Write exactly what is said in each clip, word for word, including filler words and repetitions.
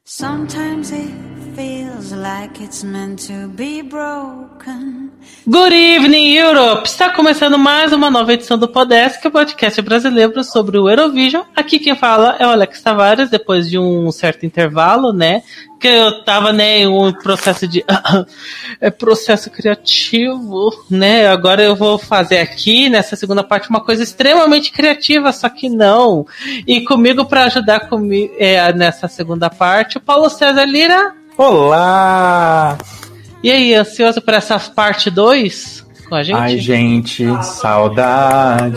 Sometimes it feels like it's meant to be broken. Good evening, Europe! Está começando mais uma nova edição do Podesk, que é o podcast brasileiro sobre o Eurovision. Aqui quem fala é o Alex Tavares, depois de um certo intervalo, né? Que eu tava, né, em um processo de... é processo criativo, né? Agora eu vou fazer aqui, nessa segunda parte, uma coisa extremamente criativa, só que não. E comigo, para ajudar comigo, é, nessa segunda parte, o Paulo César Lira. Olá! E aí, ansioso por essa parte dois com a gente? Ai, gente, saudade,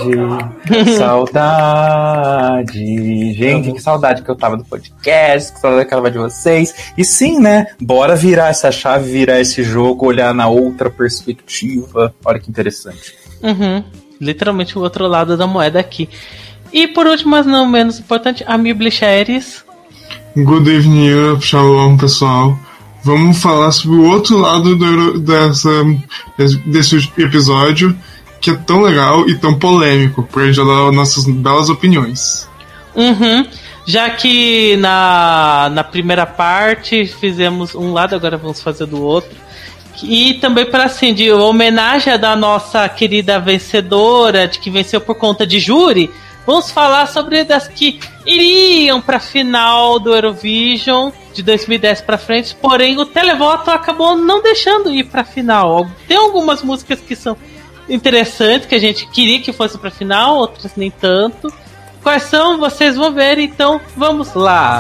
saudade. Gente, que saudade que eu tava do podcast, que saudade que eu tava de vocês. E sim, né, bora virar essa chave, virar esse jogo, olhar na outra perspectiva. Olha que interessante. Uhum, literalmente o outro lado da moeda aqui. E por último, mas não menos importante, a Miblicheres. Good evening, Europe, shalom, pessoal. Vamos falar sobre o outro lado do, dessa, desse episódio, que é tão legal e tão polêmico, pra gente dar nossas belas opiniões. Uhum. Já que na, na primeira parte fizemos um lado, agora vamos fazer do outro. E também para assim, de homenagem da nossa querida vencedora, de que venceu por conta de júri, vamos falar sobre das que iriam para a final do Eurovision de dois mil e dez para frente, porém o televoto acabou não deixando ir para a final. Tem algumas músicas que são interessantes, que a gente queria que fosse para a final, outras nem tanto. Quais são? Vocês vão ver, então vamos lá.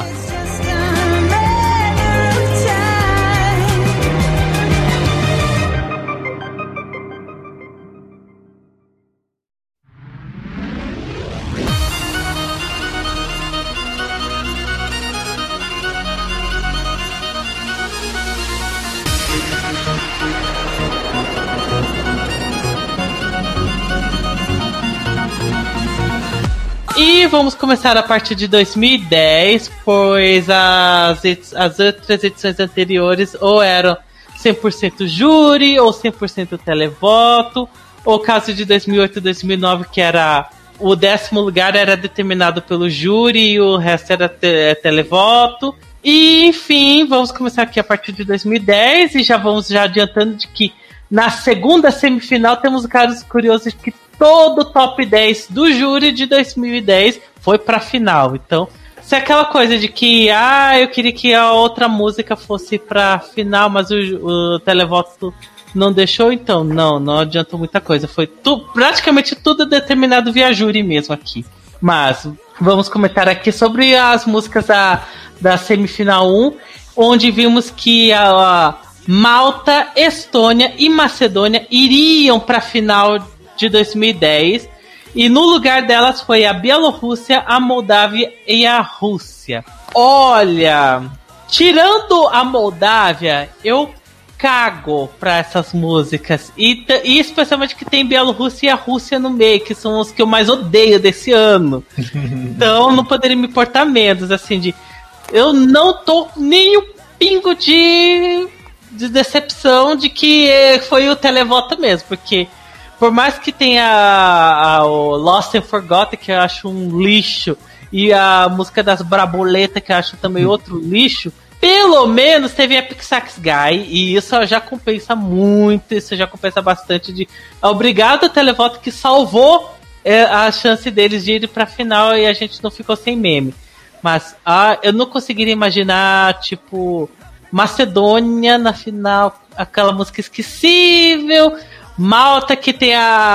E vamos começar a partir de dois mil e dez, pois as, as outras edições anteriores ou eram cem por cento júri, ou cem por cento televoto, ou o caso de dois mil e oito e dois mil e nove, que era o décimo lugar era determinado pelo júri e o resto era te, televoto. E enfim, vamos começar aqui a partir de dois mil e dez e já vamos já adiantando de que na segunda semifinal temos casos curiosos que todo o top dez do júri de dois mil e dez foi pra final. Então, se é aquela coisa de que ah, eu queria que a outra música fosse pra final, mas o, o televoto não deixou, então não, não adiantou muita coisa. Foi tu, praticamente tudo determinado via júri mesmo aqui. Mas vamos comentar aqui sobre as músicas da, da semifinal um, onde vimos que a, a Malta, Estônia e Macedônia iriam pra final de dois mil e dez, e no lugar delas foi a Bielorrússia, a Moldávia e a Rússia. Olha, tirando a Moldávia, eu cago pra essas músicas, e, e especialmente que tem Bielorrússia e a Rússia no meio, que são os que eu mais odeio desse ano. Então não poderia me importar menos, assim, de eu não tô nem um pingo de, de decepção de que foi o televoto mesmo, porque por mais que tenha a, a, o Lost and Forgotten, que eu acho um lixo, e a música das Braboletas, que eu acho também outro lixo, pelo menos teve Epic Sax Guy, e isso já compensa muito, isso já compensa bastante. De obrigado, televoto, que salvou é, a chance deles de ir pra final e a gente não ficou sem meme. Mas ah, eu não conseguiria imaginar, tipo, Macedônia na final, aquela música esquecível. Malta, que tem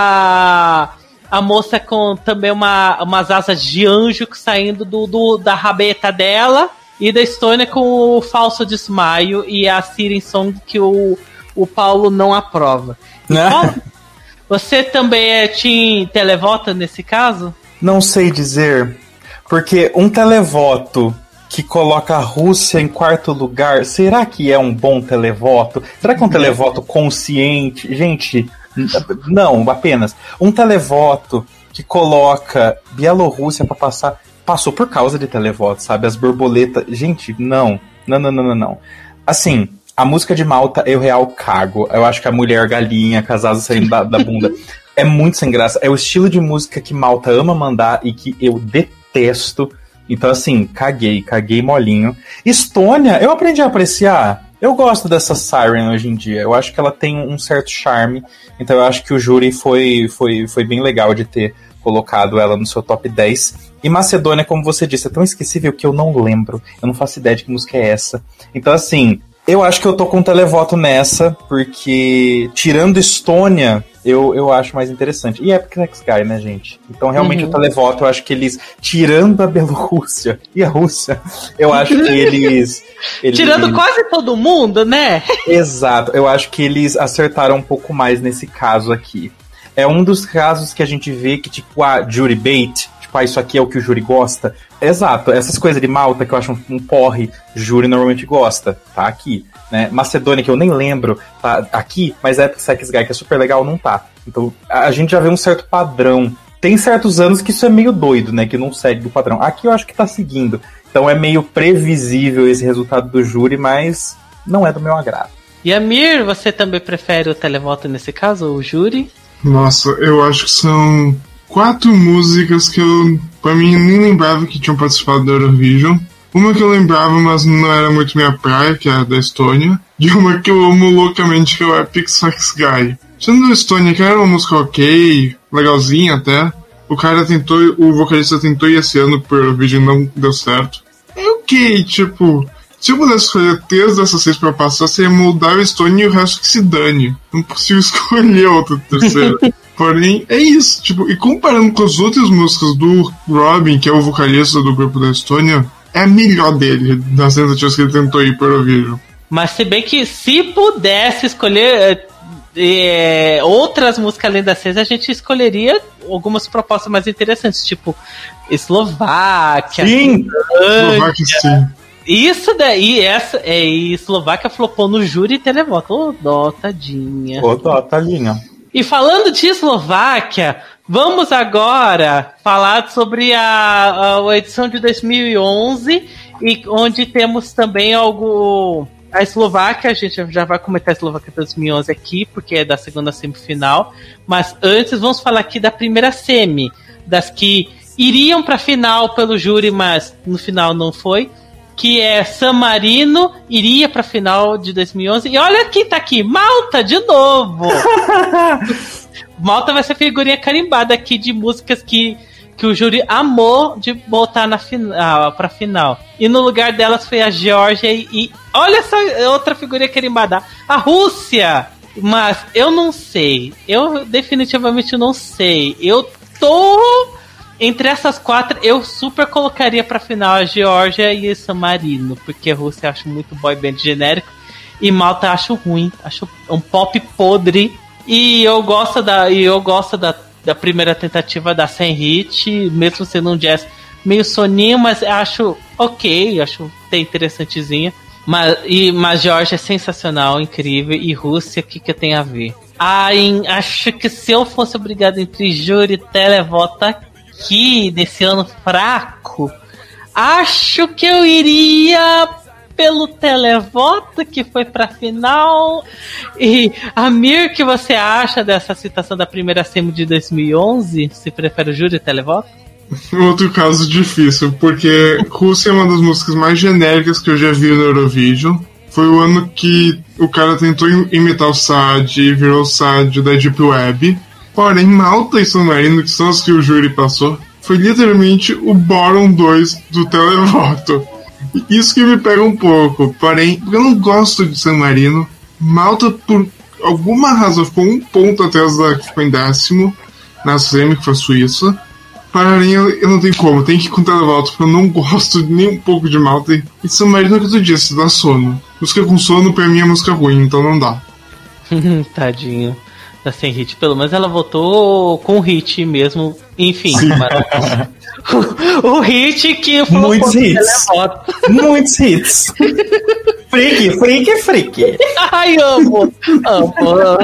a a moça com também uma, umas asas de anjo saindo do, do, da rabeta dela, e da Estônia com o falso desmaio e a Siren Song, que o, o Paulo não aprova. Né? Paulo, você também é team televoto nesse caso? Não sei dizer, porque um televoto que coloca a Rússia em quarto lugar, será que é um bom televoto? Será que é um televoto consciente? Gente, não, apenas. Um televoto que coloca Bielorrússia pra passar, passou por causa de televoto, sabe? As borboletas, gente, não. Não, não, não, não, não. Assim, a música de Malta, eu real cago. Eu acho que a mulher galinha, casada saindo da, da bunda, é muito sem graça. É o estilo de música que Malta ama mandar e que eu detesto. Então, assim, caguei, caguei molinho. Estônia, eu aprendi a apreciar. Eu gosto dessa Siren hoje em dia. Eu acho que ela tem um certo charme. Então eu acho que o júri foi, foi, foi bem legal de ter colocado ela no seu top dez. E Macedônia, como você disse, é tão esquecível que eu não lembro. Eu não faço ideia de que música é essa. Então, assim, eu acho que eu tô com um televoto nessa, porque tirando Estônia, eu, eu acho mais interessante. E Epic Sex Guy, né, gente? Então, realmente, uhum. o televoto, eu acho que eles, tirando a Bielorrússia e a Rússia, eu acho que eles... eles... Tirando quase todo mundo, né? Exato. Eu acho que eles acertaram um pouco mais nesse caso aqui. É um dos casos que a gente vê que, tipo, a jury bait, tipo, ah, isso aqui é o que o júri gosta. Exato, essas coisas de Malta que eu acho um, um porre, júri normalmente gosta, tá aqui, né? Macedônia, que eu nem lembro, tá aqui, mas Epic Sex Guy, que é super legal, não tá. Então, a gente já vê um certo padrão. Tem certos anos que isso é meio doido, né? Que não segue do padrão. Aqui eu acho que tá seguindo. Então é meio previsível esse resultado do júri, mas não é do meu agrado. E Amir, você também prefere o televoto nesse caso, ou o júri? Nossa, eu acho que são quatro músicas que eu, pra mim, nem lembrava que tinham participado da Eurovision. Uma que eu lembrava, mas não era muito minha praia, que é a da Estônia. E uma que eu amo loucamente, que é o Epic Sex Guy. Sendo da Estônia, que era uma música ok, legalzinha até. O cara tentou, o vocalista tentou ir esse ano pro Eurovision, não deu certo. É ok, tipo... Se eu pudesse escolher três dessas seis pra passar, seria Moldávia, Estônia e o resto que se dane. Não consigo escolher outra terceira. Porém, é isso. Tipo, e comparando com as outras músicas do Robin, que é o vocalista do grupo da Estônia, é a melhor dele, das tentativas que ele tentou ir pro Eurovision. Mas se bem que se pudesse escolher é, outras músicas além das seis, a gente escolheria algumas propostas mais interessantes, tipo Eslováquia. Sim! Eslováquia, sim. Isso daí, essa, é, e Eslováquia flopou no júri e televoto. Ô, dó, tadinha. Ô, dó, tadinha. E falando de Eslováquia, vamos agora falar sobre a, a edição de dois mil e onze, e onde temos também algo... A Eslováquia, a gente já vai comentar a Eslováquia dois mil e onze aqui, porque é da segunda semifinal. Mas antes, vamos falar aqui da primeira semi, das que iriam pra final pelo júri, mas no final não foi. Que é San Marino, iria pra final de dois mil e onze. E olha quem tá aqui, Malta, de novo! Malta vai ser figurinha carimbada aqui de músicas que, que o júri amou de botar na final, pra final. E no lugar delas foi a Geórgia e, e... Olha essa outra figurinha carimbada, a Rússia! Mas eu não sei, eu definitivamente não sei. Eu tô... Entre essas quatro, eu super colocaria pra final a Geórgia e San Marino, porque a Rússia eu acho muito boy band genérico e Malta eu acho ruim, acho um pop podre. E eu gosto da, e eu gosto da, da primeira tentativa da Sem Hit, mesmo sendo um jazz meio soninho, mas acho ok, acho até interessantezinha. Mas, e, mas Geórgia é sensacional, incrível, e Rússia, o que, que tem a ver? Ah, em, acho que se eu fosse obrigado entre júri e televoto aqui, desse ano fraco, acho que eu iria pelo televoto, que foi pra final. E Amir, o que você acha dessa citação da primeira semi de dois mil e onze? Se prefere o júri e televoto? Outro caso difícil, porque Rússia é uma das músicas mais genéricas que eu já vi no Eurovision. Foi o ano que o cara tentou imitar o Sad e virou o Sad da Deep Web. Porém, Malta e San Marino, que são as que o júri passou, foi literalmente o bottom dois do televoto. Isso que me pega um pouco. Porém, eu não gosto de San Marino. Malta, por alguma razão, ficou um ponto atrás da que ficou em décimo na semi, que foi a Suíça. Porém, eu, eu não tenho como, tem que ir com o televoto, porque eu não gosto nem um pouco de Malta. E San Marino, que tu disse, dá sono. Música com sono, pra mim, é música ruim, então não dá. Tadinho da Sem Hit, pelo menos ela votou com hit mesmo, enfim. Mas... o, o hit que falou muitos hits. Muitos hits. Freak, freak, freak. Ai, amo. Amo.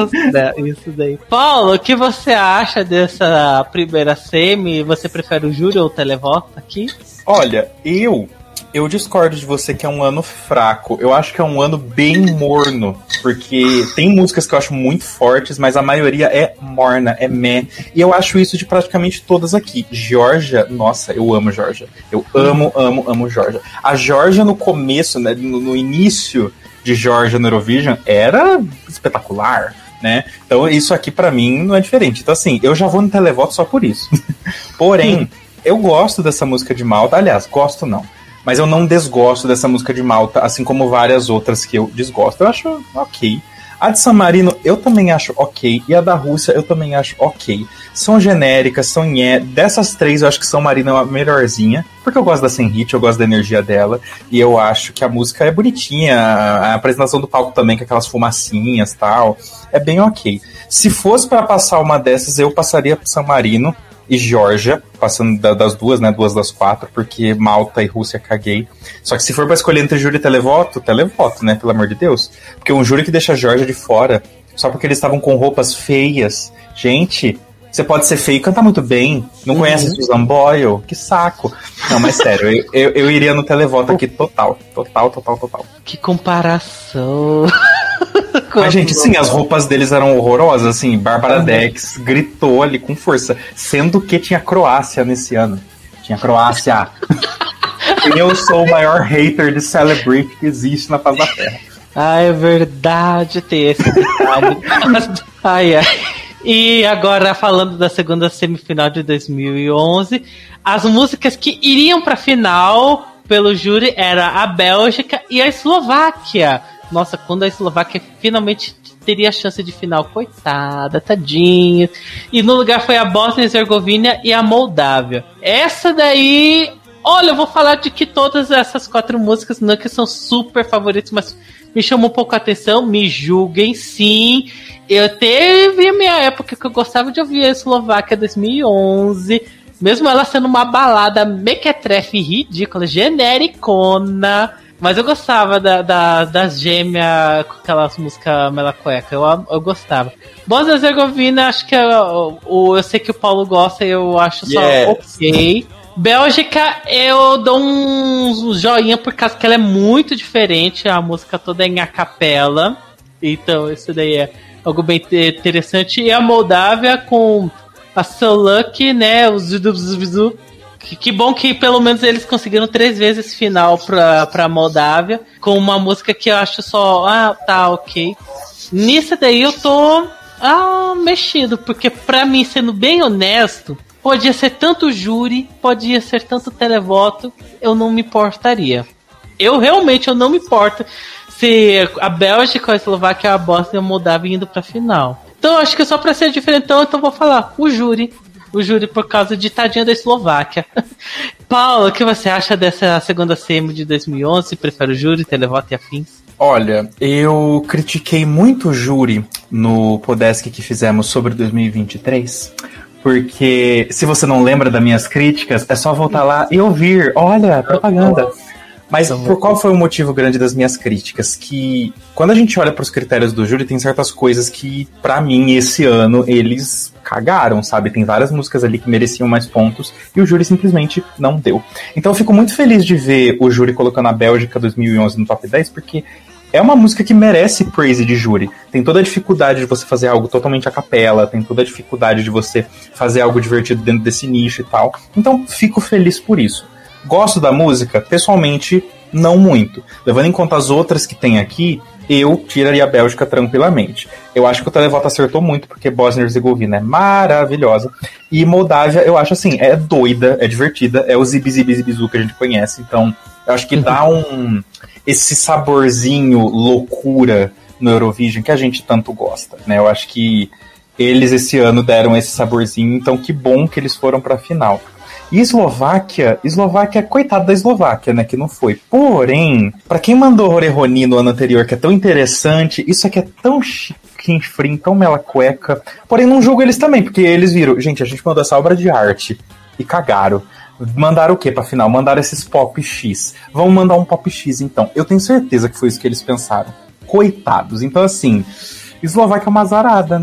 Isso daí. Paulo, o que você acha dessa primeira semi? Você prefere o júri ou o televoto aqui? Olha, eu Eu discordo de você que é um ano fraco. Eu acho que é um ano bem morno. Porque tem músicas que eu acho muito fortes, mas a maioria é morna, é meh. E eu acho isso de praticamente todas aqui. Georgia, nossa, eu amo Georgia. Eu amo, amo, amo Georgia. A Georgia no começo, né, no, no início de Georgia no Eurovision, era espetacular, né? Então isso aqui pra mim não é diferente. Então assim, eu já vou no televoto só por isso. Porém, eu gosto dessa música de Malta. Aliás, gosto não. Mas eu não desgosto dessa música de Malta, assim como várias outras que eu desgosto. Eu acho ok. A de San Marino eu também acho ok. E a da Rússia eu também acho ok. São genéricas, são nhé. Dessas três eu acho que San Marino é a melhorzinha. Porque eu gosto da Senhit, eu gosto da energia dela. E eu acho que a música é bonitinha. A apresentação do palco também, com aquelas fumacinhas e tal. É bem ok. Se fosse pra passar uma dessas, eu passaria pro San Marino e Geórgia, passando da, das duas, né, duas das quatro, porque Malta e Rússia caguei. Só que se for pra escolher entre júri e televoto, televoto, né, pelo amor de Deus. Porque um júri que deixa a Geórgia de fora, só porque eles estavam com roupas feias. Gente, você pode ser feio e cantar muito bem. Não uhum. conhece Susan Boyle? Que saco. Não, mas sério, eu, eu, eu iria no televoto aqui total. Total, total, total. Que comparação. Mas, gente, sim, as roupas deles eram horrorosas, assim, Bárbara uhum. Dex gritou ali com força, sendo que tinha Croácia nesse ano. Tinha Croácia. Eu sou o maior hater de Celebrity que existe na face da Terra. Ah, é verdade, tem esse detalhe. Ai, ai. E agora, falando da segunda semifinal de dois mil e onze, as músicas que iriam pra final pelo júri era a Bélgica e a Eslováquia. Nossa, quando a Eslováquia finalmente teria a chance de final, coitada, tadinha. E no lugar foi a Bósnia e Herzegovina e a Moldávia. Essa daí, olha, eu vou falar de que todas essas quatro músicas não é que são super favoritas, mas me chamou um pouco a atenção, me julguem sim. Eu teve a minha época que eu gostava de ouvir a Eslováquia dois mil e onze, mesmo ela sendo uma balada mequetrefe ridícula, genericona. Mas eu gostava da, da, das gêmeas com aquelas músicas melacueca. Eu, eu gostava. Bósnia e Herzegovina, acho que eu, eu, eu sei que o Paulo gosta e eu acho só yes. ok. Bélgica, eu dou um joinha por causa que ela é muito diferente. A música toda é em a capela. Então, isso daí é algo bem interessante. E a Moldávia com a So Lucky, né? Os Que, que bom que pelo menos eles conseguiram três vezes esse final pra, pra Moldávia, com uma música que eu acho só, ah, tá, ok. Nisso daí eu tô ah, mexido, porque pra mim, sendo bem honesto, podia ser tanto júri, podia ser tanto televoto, eu não me importaria. Eu realmente eu não me importo se a Bélgica, a Eslováquia, a Bósnia e a Moldávia indo pra final. Então eu acho que só pra ser diferentão, então eu vou falar o júri. O júri por causa de tadinha da Eslováquia. Paulo, o que você acha dessa segunda semi de dois mil e onze? Prefere o júri, televoto e afins? Olha, eu critiquei muito o júri no Podesk que fizemos sobre dois mil e vinte e três, porque se você não lembra das minhas críticas, é só voltar lá e ouvir. Olha, propaganda. Mas por qual foi o motivo grande das minhas críticas? Que quando a gente olha para os critérios do júri, tem certas coisas que, pra mim, esse ano, eles cagaram, sabe? Tem várias músicas ali que mereciam mais pontos e o júri simplesmente não deu. Então eu fico muito feliz de ver o júri colocando a Bélgica dois mil e onze no top dez, porque é uma música que merece praise de júri. Tem toda a dificuldade de você fazer algo totalmente a capela, tem toda a dificuldade de você fazer algo divertido dentro desse nicho e tal. Então fico feliz por isso. Gosto da música? Pessoalmente, não muito. Levando em conta as outras que tem aqui, eu tiraria a Bélgica tranquilamente. Eu acho que o televoto acertou muito, porque Bósnia e Herzegovina é maravilhosa. E Moldávia, eu acho assim, é doida, é divertida, é o zibi zibi zibizu que a gente conhece. Então, eu acho que dá um... esse saborzinho loucura no Eurovision que a gente tanto gosta, né? Eu acho que eles esse ano deram esse saborzinho, então que bom que eles foram pra final. E Eslováquia, Eslováquia, coitada da Eslováquia, né, que não foi. Porém, pra quem mandou Oreroni no ano anterior, que é tão interessante, isso aqui é tão chinfrim, tão mela cueca. Porém, não julgo eles também, porque eles viram, gente, a gente mandou essa obra de arte e cagaram. Mandaram o quê pra final? Mandaram esses pop X. Vamos mandar um pop X, então. Eu tenho certeza que foi isso que eles pensaram. Coitados. Então, assim, Eslováquia é uma azarada, né?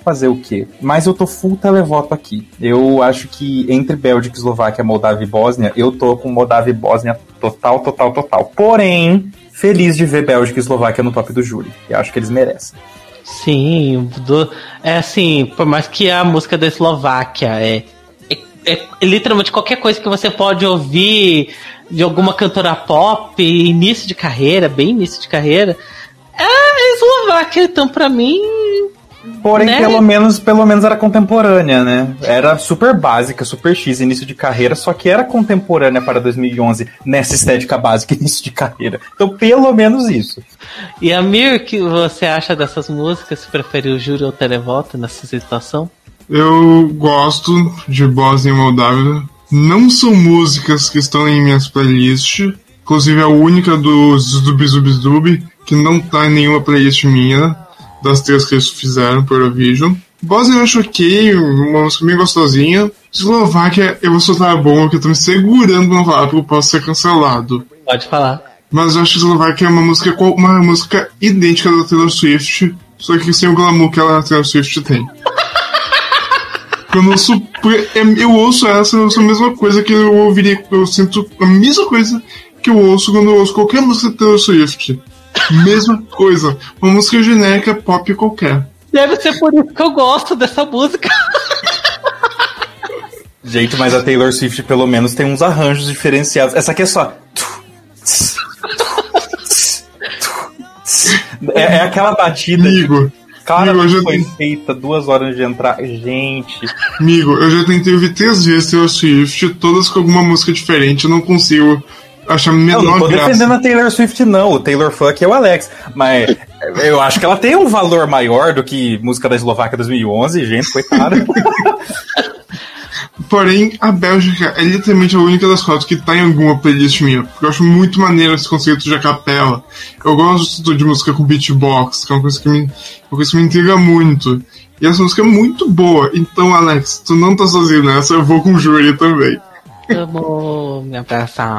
fazer o quê? Mas eu tô full televoto aqui. Eu acho que entre Bélgica, Eslováquia, Moldávia e Bósnia, eu tô com Moldávia e Bósnia total, total, total. Porém, feliz de ver Bélgica e Eslováquia no top do júri. Eu acho que eles merecem. Sim, do, é assim, por mais que a música da Eslováquia é, é, é literalmente qualquer coisa que você pode ouvir de alguma cantora pop, início de carreira, bem início de carreira, é a Eslováquia, então pra mim... Porém, né? pelo menos, pelo menos era contemporânea, né? Era super básica, super X, início de carreira, só que era contemporânea para dois mil e onze, nessa estética básica, início de carreira. Então, pelo menos isso. E Amir, o que você acha dessas músicas? Você prefere o júri ou o televoto nessa situação? Eu gosto de Bósnia e Moldávia. Não são músicas que estão em minhas playlists. Inclusive, a única do Zub Zub Zub, que não tá em nenhuma playlist minha, das três que eles fizeram por Eurovision. Bósnia eu acho ok, uma música bem gostosinha. Eslováquia, eu vou soltar a bomba que eu tô me segurando pra não falar, porque eu posso ser cancelado. Pode falar. Mas eu acho que Eslováquia é uma música, uma música idêntica da Taylor Swift, só que sem o glamour que a Taylor Swift tem. Eu não sou, eu ouço essa, eu ouço a mesma coisa que eu ouviria, eu sinto a mesma coisa que eu ouço quando eu ouço qualquer música da Taylor Swift. Mesma coisa, uma música genérica pop qualquer. Deve ser por isso que eu gosto dessa música. Gente, mas a Taylor Swift pelo menos tem uns arranjos diferenciados. Essa aqui é só... É, é aquela batida... Amigo, Cara, amigo, eu já foi tentei... feita duas horas de entrar. Gente... Amigo, eu já tentei ouvir três vezes Taylor Swift, todas com alguma música diferente, eu não consigo... Acho a menor não, não tô graça. defendendo a Taylor Swift, não. O Taylor Funk é o Alex. Mas eu acho que ela tem um valor maior do que música da Eslováquia dois mil e onze, gente, coitada. Porém, a Bélgica é literalmente a única das quatro que tá em alguma playlist minha. Porque eu acho muito maneiro esse conceito de a capela. Eu gosto de música com beatbox, que é uma coisa que me, uma coisa que me intriga muito. E essa música é muito boa. Então, Alex, tu não tá sozinho nessa, eu vou com o júri também. Amo me abraçar.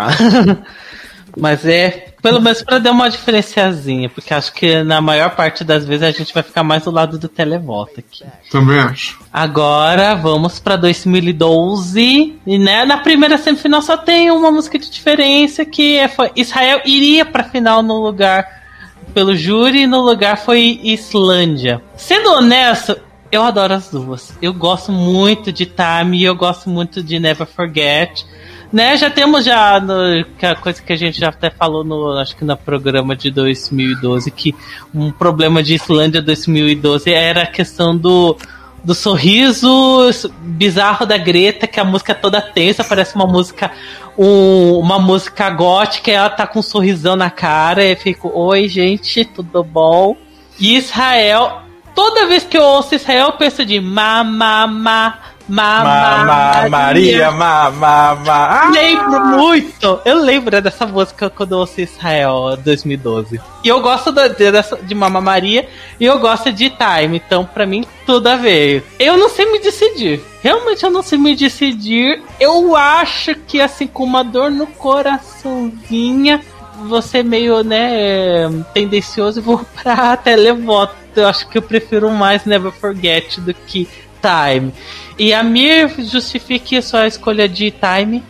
Mas é, pelo menos pra dar uma diferenciazinha, porque acho que na maior parte das vezes a gente vai ficar mais do lado do televoto aqui. Também acho. Agora vamos pra dois mil e doze. E né, na primeira semifinal só tem uma música de diferença, que é, foi Israel iria pra final no lugar pelo júri, e no lugar foi Islândia. Sendo honesto, eu adoro as duas. Eu gosto muito de Time e eu gosto muito de Never Forget. Né, já temos já no, que a coisa que a gente já até falou no, acho que no programa de dois mil e doze, que um problema de Islândia dois mil e doze era a questão do, do sorriso bizarro da Greta, que a música é toda tensa, parece uma música um, uma música gótica, e ela tá com um sorrisão na cara, e eu fico, oi gente, tudo bom? E Israel, toda vez que eu ouço Israel, eu penso de ma, ma, ma, ma, ma, ma, Maria, ma, ma, ma. Lembro muito, eu lembro dessa música quando eu ouço Israel dois mil e doze. E eu gosto de, de, de Mamma Maria e eu gosto de Time, então pra mim tudo a ver. Eu não sei me decidir, realmente eu não sei me decidir. Eu acho que assim, com uma dor no coraçãozinha, você meio, né, tendencioso, e vou pra televoto. Eu acho que eu prefiro mais Never Forget do que Time. E a Mir, justifique a sua escolha de Time.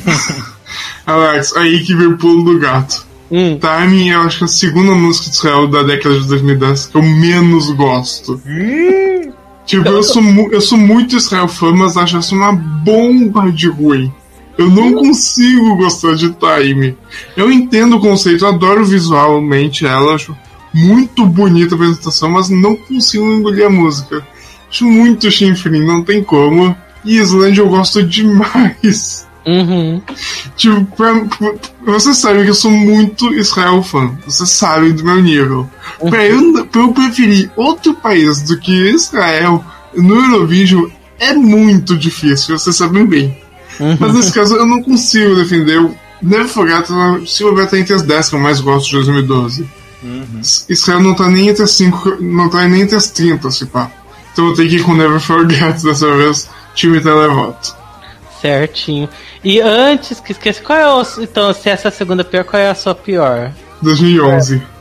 Alex, aí que veio o pulo do gato. Hum. Time, eu acho que é a segunda música de Israel da década de dois mil e dez que eu menos gosto. Hum. Tipo, eu sou, eu sou muito Israel fã, mas acho essa uma bomba de ruim. Eu não consigo gostar de Time. Eu entendo o conceito, eu adoro visualmente ela, acho muito bonita a apresentação, mas não consigo engolir a música. Acho muito chinfrim, não tem como. E Islândia eu gosto demais. Uhum. Tipo, pra, pra, vocês sabem que eu sou muito Israel fã. Vocês sabem do meu nível. Uhum. Pra, eu, pra eu preferir outro país do que Israel no Eurovision é muito difícil, vocês sabem bem. Uhum. Mas nesse caso eu não consigo defender. O Never Forget, se eu ver, tá entre as dez que eu mais gosto de dois mil e doze. Uhum. Israel não tá nem entre as cinco, não tá nem entre as trinta, se pá. Então eu tenho que ir com Never Forget dessa vez, time televoto. Certinho. E antes que esqueça, qual é o. Então, se essa é a segunda pior, qual é a sua pior? dois mil e onze.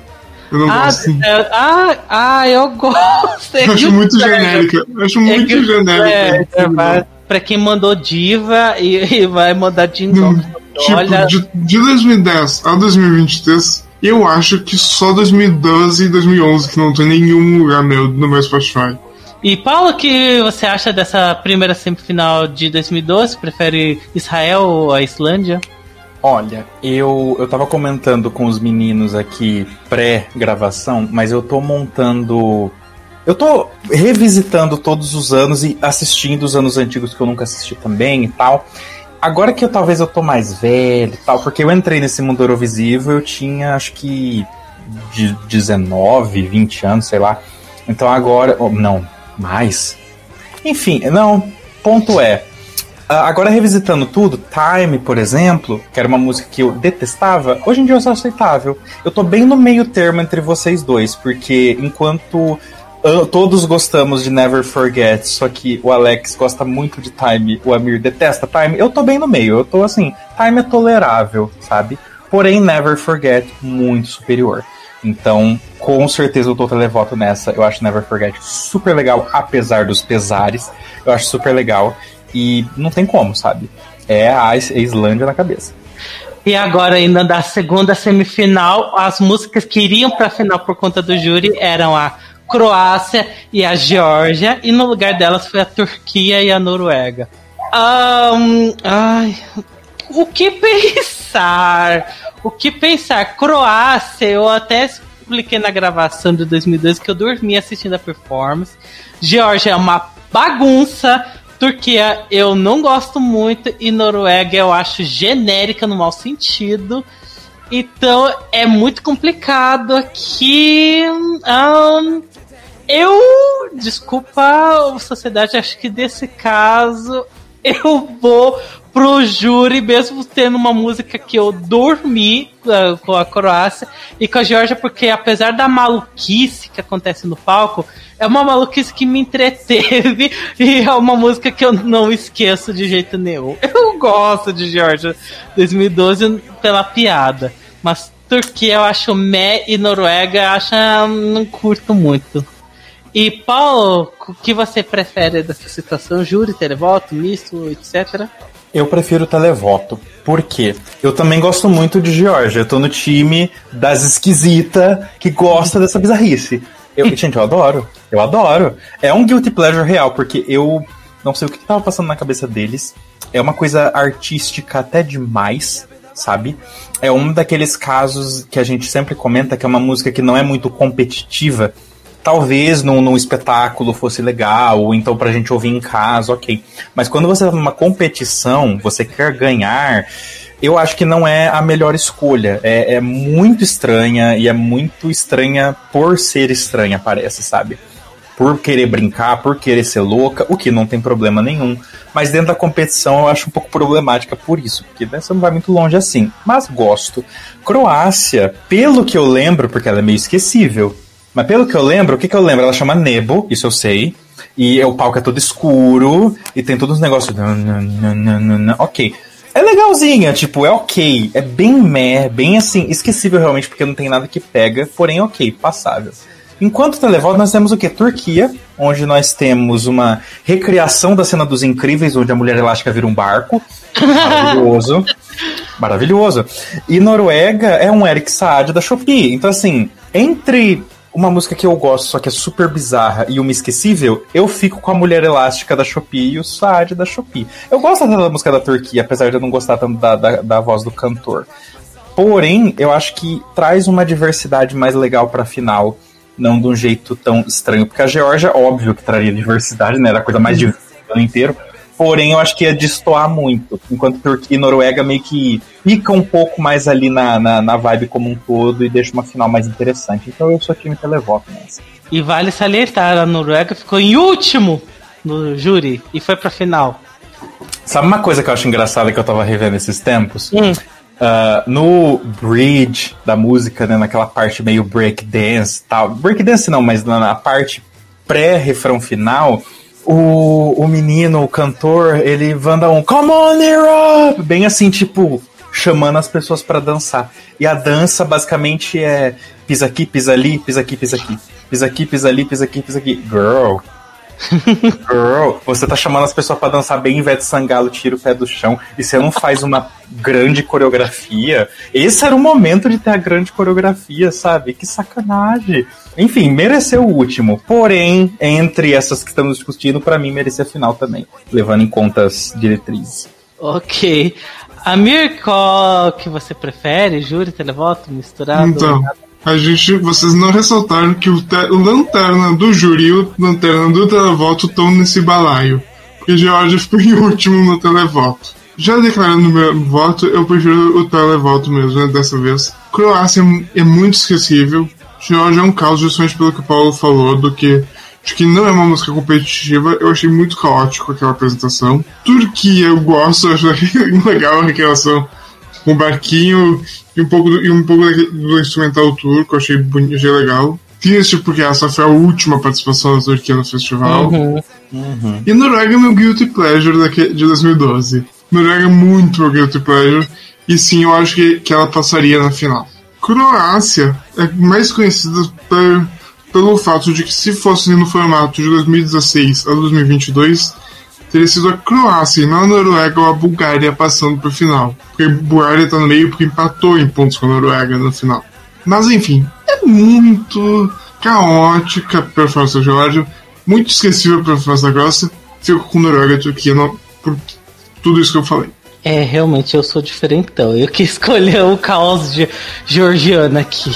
Eu não ah, gosto. É, ah, ah, eu gosto. É eu acho muito genérica. Eu acho muito é genérica. É, é, pra quem mandou diva e, e vai mandar de novo. Tipo, Olha... de, de dois mil e dez a dois mil e vinte e três, eu acho que só dois mil e doze e dois mil e onze que não tem nenhum lugar meu no meu Spotify. E Paulo, o que você acha dessa primeira semifinal de dois mil e doze? Prefere Israel ou a Islândia? Olha, eu, eu tava comentando com os meninos aqui pré-gravação, mas eu tô montando... Eu tô revisitando todos os anos e assistindo os anos antigos que eu nunca assisti também e tal. Agora que eu talvez eu tô mais velho e tal, porque eu entrei nesse mundo Eurovisivo, eu tinha acho que de dezenove, vinte anos, sei lá. Então agora... Oh, não, mais. Enfim, não, ponto é... Agora revisitando tudo, Time, por exemplo, que era uma música que eu detestava, hoje em dia eu sou aceitável. Eu tô bem no meio termo entre vocês dois, porque enquanto uh, todos gostamos de Never Forget, só que o Alex gosta muito de Time, o Amir detesta Time, eu tô bem no meio, eu tô assim, Time é tolerável, sabe? Porém, Never Forget, muito superior. Então, com certeza eu dou televoto nessa, eu acho Never Forget super legal, apesar dos pesares, eu acho super legal. E não tem como, sabe? É a Islândia na cabeça. E agora, ainda da segunda semifinal, as músicas que iriam pra final por conta do júri eram a Croácia e a Geórgia, e no lugar delas foi a Turquia e a Noruega. Um, ai, o que pensar? O que pensar? Croácia, eu até expliquei na gravação de dois mil e doze que eu dormi assistindo a performance. Geórgia é uma bagunça. Turquia eu não gosto muito e Noruega eu acho genérica no mau sentido. Então é muito complicado aqui. Um, eu, desculpa, sociedade, acho que desse caso eu vou pro júri, mesmo tendo uma música que eu dormi uh, com a Croácia e com a Geórgia, porque apesar da maluquice que acontece no palco, é uma maluquice que me entreteve e é uma música que eu não esqueço de jeito nenhum. Eu gosto de Geórgia dois mil e doze pela piada, mas Turquia eu acho meh e Noruega eu acho não curto muito. E Paulo, o que você prefere dessa situação? Júri, televoto, misto, etcétera? Eu prefiro televoto. Por quê? Eu também gosto muito de Geórgia. Eu tô no time das esquisitas que gosta dessa bizarrice. Eu, gente, eu adoro. Eu adoro. É um guilty pleasure real, porque eu não sei o que tava passando na cabeça deles. É uma coisa artística até demais, sabe? É um daqueles casos que a gente sempre comenta que é uma música que não é muito competitiva. Talvez num, num espetáculo fosse legal, ou então pra gente ouvir em casa, ok. Mas quando você tá numa competição, você quer ganhar, eu acho que não é a melhor escolha. É, é muito estranha, e é muito estranha por ser estranha, parece, sabe? Por querer brincar, por querer ser louca, o que não tem problema nenhum. Mas dentro da competição eu acho um pouco problemática por isso, porque né, você não vai muito longe assim. Mas gosto. Croácia, pelo que eu lembro, porque ela é meio esquecível, mas pelo que eu lembro, o que, que eu lembro? Ela chama Nebo, isso eu sei. E o palco é todo escuro. E tem todos os negócios. Ok. É legalzinha, tipo, é ok. É bem meh, bem assim, esquecível realmente, porque não tem nada que pega. Porém, ok, passável. Enquanto televoto, nós temos o quê? Turquia, onde nós temos uma recriação da cena dos Incríveis, onde a mulher elástica vira um barco. Maravilhoso. Maravilhoso. E Noruega é um Erik Saade da Shopee. Então, assim, entre uma música que eu gosto, só que é super bizarra, e uma esquecível, eu fico com a Mulher Elástica da Shopee e o Saad da Shopee. Eu gosto até da música da Turquia, apesar de eu não gostar tanto da, da, da voz do cantor. Porém, eu acho que traz uma diversidade mais legal pra final, não de um jeito tão estranho. Porque a Geórgia, óbvio que traria diversidade, né? Era a coisa mais divertida do ano inteiro. Porém, eu acho que ia destoar muito. Enquanto Turquia e Noruega meio que fica um pouco mais ali na, na, na vibe como um todo e deixa uma final mais interessante. Então eu sou time televoto nessa. E vale salientar, a Noruega ficou em último no júri e foi pra final. Sabe uma coisa que eu acho engraçada que eu tava revendo esses tempos? Hum. Uh, no bridge da música, né, naquela parte meio breakdance e tal. Breakdance não, mas na, na parte pré-refrão final... O, o menino, o cantor, ele manda um Come on, Europe! Bem assim, tipo, chamando as pessoas pra dançar. E a dança basicamente é pisa aqui, pisa ali, pisa aqui, pisa aqui. Pisa aqui, pisa ali, pisa aqui, pisa aqui. Girl. Girl, você tá chamando as pessoas pra dançar bem Ivete Sangalo, tira o pé do chão, e você não faz uma grande coreografia. Esse era o momento de ter a grande coreografia, sabe? Que sacanagem. Enfim, mereceu o último. Porém, entre essas que estamos discutindo, pra mim merecia a final também, levando em conta as diretrizes. Ok. Amir, qual que você prefere? Júri, televoto, misturado? Então, a gente, vocês não ressaltaram que o, te, o Lanterna do Júri e o Lanterna do televoto estão nesse balaio. Porque Georgia ficou em último no televoto. Já declarando meu voto, eu prefiro o televoto mesmo, né, dessa vez. Croácia é muito esquecível. Georgia é um caos, justamente pelo que o Paulo falou, do que, de que não é uma música competitiva. Eu achei muito caótico aquela apresentação. Turquia eu gosto, eu acho legal a recreação com o barquinho e um pouco do, e um pouco do instrumental turco, eu achei, achei legal. Triste porque essa foi a última participação da Turquia no festival. Uhum, uhum. E Noruega é meu guilty pleasure daqui, de dois mil e doze. Noruega é muito meu guilty pleasure, e sim, eu acho que, que ela passaria na final. Croácia é mais conhecida por, pelo fato de que, se fosse no formato de dois mil e dezesseis a dois mil e vinte e dois, teria sido a Croácia e não a Noruega ou a Bulgária passando para o final. Porque a Bulgária está no meio porque empatou em pontos com a Noruega no final. Mas enfim, é muito caótica a performance da Geórgia, muito esquecível a performance da Croácia. Fico com Noruega e Turquia no, por tudo isso que eu falei. É, realmente eu sou diferentão. Eu que escolhi o caos de georgiano aqui.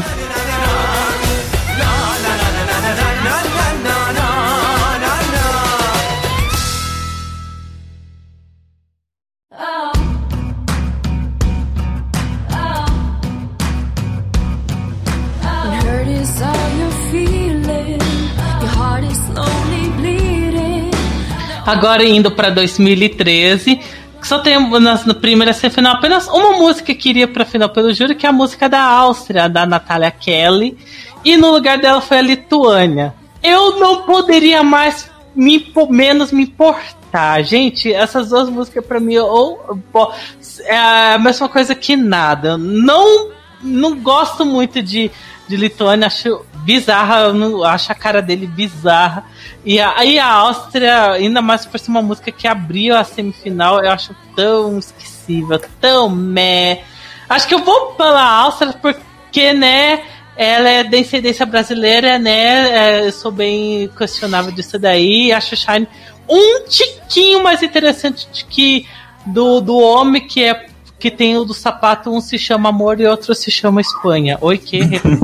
Agora indo para dois mil e treze, só tem na, na primeira semifinal apenas uma música que iria para a final pelo júri, que é a música da Áustria, da Natalia Kelly, e no lugar dela foi a Lituânia. Eu não poderia mais me, menos me importar, gente. Essas duas músicas para mim ou, ou, é a mesma coisa que nada. Não, não gosto muito de, de Lituânia, acho bizarra, eu não, acho a cara dele bizarra. E aí a, a Áustria, ainda mais por ser uma música que abriu a semifinal, eu acho tão esquecível, tão meh. Acho que eu vou pela Áustria porque, né, ela é de descendência brasileira, né, é, eu sou bem questionável disso daí. Acho o Shine um tiquinho mais interessante que do, do homem, que é que tem o do sapato, um se chama Amor e outro se chama Espanha. Oi, que?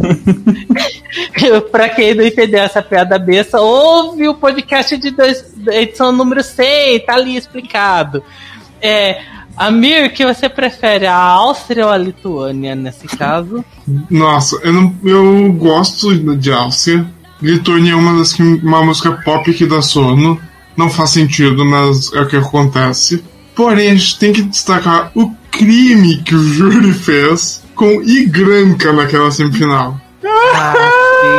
Pra quem não entendeu essa piada besta, ouve o podcast de dois, edição número cem, tá ali explicado. É, Amir, que você prefere, a Áustria ou a Lituânia nesse caso? Nossa, eu, não, eu gosto de Áustria. Lituânia é uma das que, uma música pop que dá sono. Não faz sentido, mas é o que acontece. Porém, a gente tem que destacar o crime que o júri fez com Igranka naquela semifinal. Ah,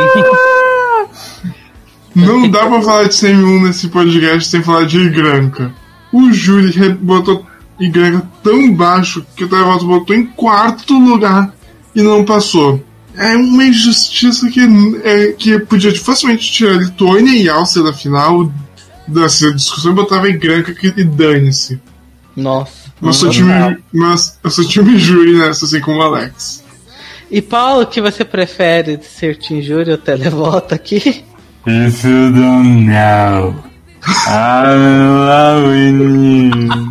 não dá pra falar de C M um nesse podcast sem falar de Igranka. O júri botou Igranka tão baixo que o televoto botou em quarto lugar e não passou. É uma injustiça que, é, que podia facilmente tirar a Lituânia e Áustria da final dessa discussão e botava Igranka e dane-se. Nossa. Mas, sou time, mas eu sou time júri nessa, assim como o Alex. E Paulo, o que você prefere, ser team júri ou televoto aqui? If you don't know, I'm loving you.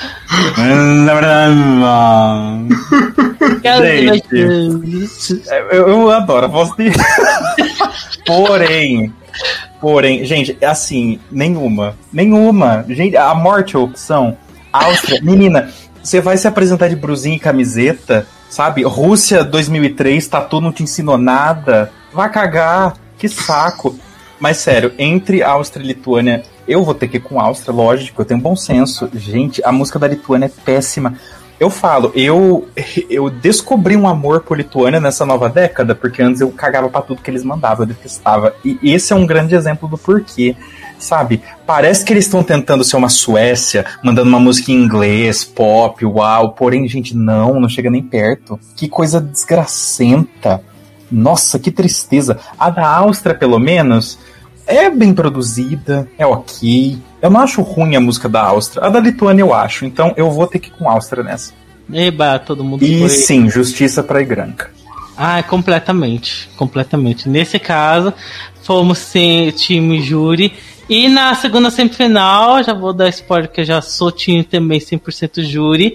Gente, eu, eu adoro a voz dele. Porém, porém, gente, assim, nenhuma. Nenhuma. Gente, a morte é a opção. Áustria, menina, você vai se apresentar de brusinha e camiseta, sabe? Rússia dois mil e três, Tatu não te ensinou nada. Vai cagar, que saco. Mas sério, entre Áustria e Lituânia, eu vou ter que ir com a Áustria, lógico, eu tenho bom senso. Gente, a música da Lituânia é péssima. eu falo, eu, eu descobri um amor por Lituânia nessa nova década, porque antes eu cagava pra tudo que eles mandavam, eu detestava. E esse é um grande exemplo do porquê, sabe? Parece que eles estão tentando ser uma Suécia, mandando uma música em inglês, pop, uau, porém, gente, não, não chega nem perto. Que coisa desgracenta. Nossa, que tristeza. A da Áustria, pelo menos, é bem produzida, é ok. Eu não acho ruim a música da Áustria. A da Lituânia eu acho, então eu vou ter que ir com a Áustria nessa. Eba, todo mundo E foi... sim, justiça pra Igranca. Ah, completamente, completamente. Nesse caso, fomos sem time júri. E na segunda semifinal, já vou dar spoiler que eu já sou time também cem por cento júri,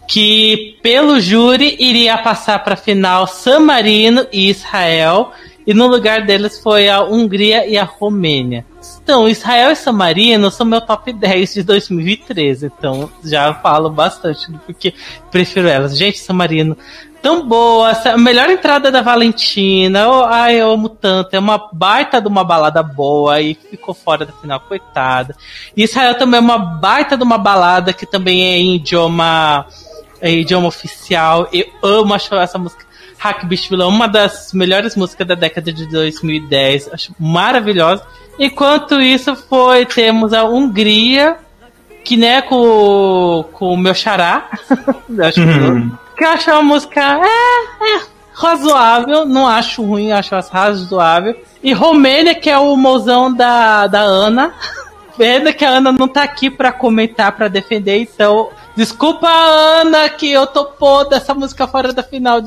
que pelo júri iria passar para a final San Marino e Israel, e no lugar deles foi a Hungria e a Romênia. Então, Israel e San Marino são meu top dez de dois mil e treze, então já falo bastante do porque prefiro elas. Gente, San Marino, tão boa, a melhor entrada da Valentina, eu, ai, eu amo tanto, é uma baita de uma balada boa e ficou fora da final, coitada. E Israel também é uma baita de uma balada que também é em idioma, é em idioma oficial, eu amo achar essa música. Hack Beach Vilão, uma das melhores músicas da década de dois mil e dez, acho maravilhosa. Enquanto isso, foi, temos a Hungria, que né, com, com o meu xará, acho Uhum. que, que eu acho uma música é, é, razoável, não acho ruim, acho razoável. E Romênia, que é o mozão da, da Ana, pena que a Ana não tá aqui pra comentar, pra defender, então... Desculpa, Ana, que eu tô pondo essa música fora da final,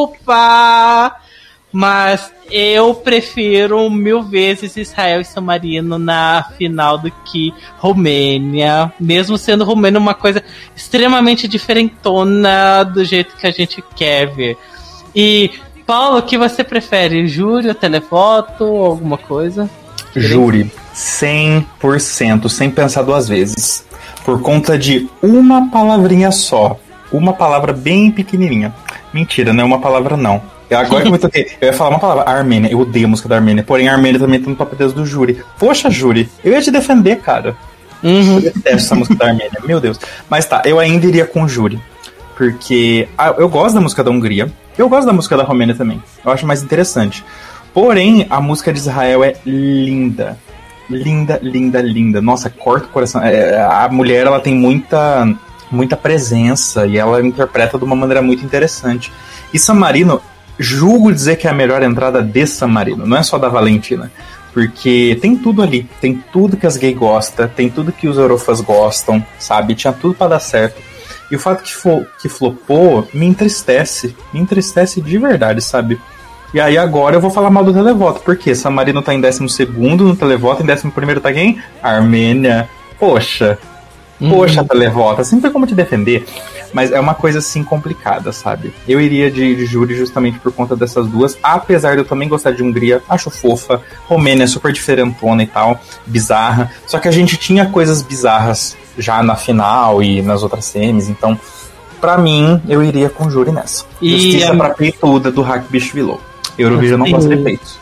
desculpa! Mas eu prefiro mil vezes Israel e San Marino na final do que Romênia, mesmo sendo Romênia uma coisa extremamente diferentona do jeito que a gente quer ver. E, Paulo, o que você prefere? Júri ou televoto ou alguma coisa? Júri, cem por cento, sem pensar duas vezes. Por conta de uma palavrinha só. Uma palavra bem pequenininha. Mentira, não é uma palavra não. Agora que eu me toquei, eu ia falar uma palavra, Armênia. Eu odeio a música da Armênia. Porém, a Armênia também tá no top dez do júri. Poxa, júri, eu ia te defender, cara. Uhum. Eu detesto essa música da Armênia, meu Deus. Mas tá, eu ainda iria com o júri. Porque ah, eu gosto da música da Hungria. Eu gosto da música da Romênia também. Eu acho mais interessante. Porém, a música de Israel é linda. Linda, linda, linda. Nossa, corta o coração. É, a mulher, ela tem muita, muita presença e ela interpreta de uma maneira muito interessante. E San Marino, julgo dizer que é a melhor entrada de San Marino, não é só da Valentina. Porque tem tudo ali. Tem tudo que as gays gostam, tem tudo que os eurofãs gostam, sabe? Tinha tudo pra dar certo. E o fato que, fo- que flopou me entristece. Me entristece de verdade, sabe? E aí agora eu vou falar mal do televoto. Por quê? San Marino tá em décimo segundo no televoto, em décimo primeiro tá quem? Armênia. Poxa. Uhum. Poxa, televoto. Assim não tem como te defender. Mas é uma coisa assim complicada, sabe? Eu iria de, de júri justamente por conta dessas duas. Apesar de eu também gostar de Hungria. Acho fofa. Romênia é super diferentona e tal. Bizarra. Só que a gente tinha coisas bizarras já na final e nas outras semis. Então, pra mim, eu iria com júri nessa. E Justiça a... pra peituda do Hack Bicho Vilou. Eurovision não gosta de peitos.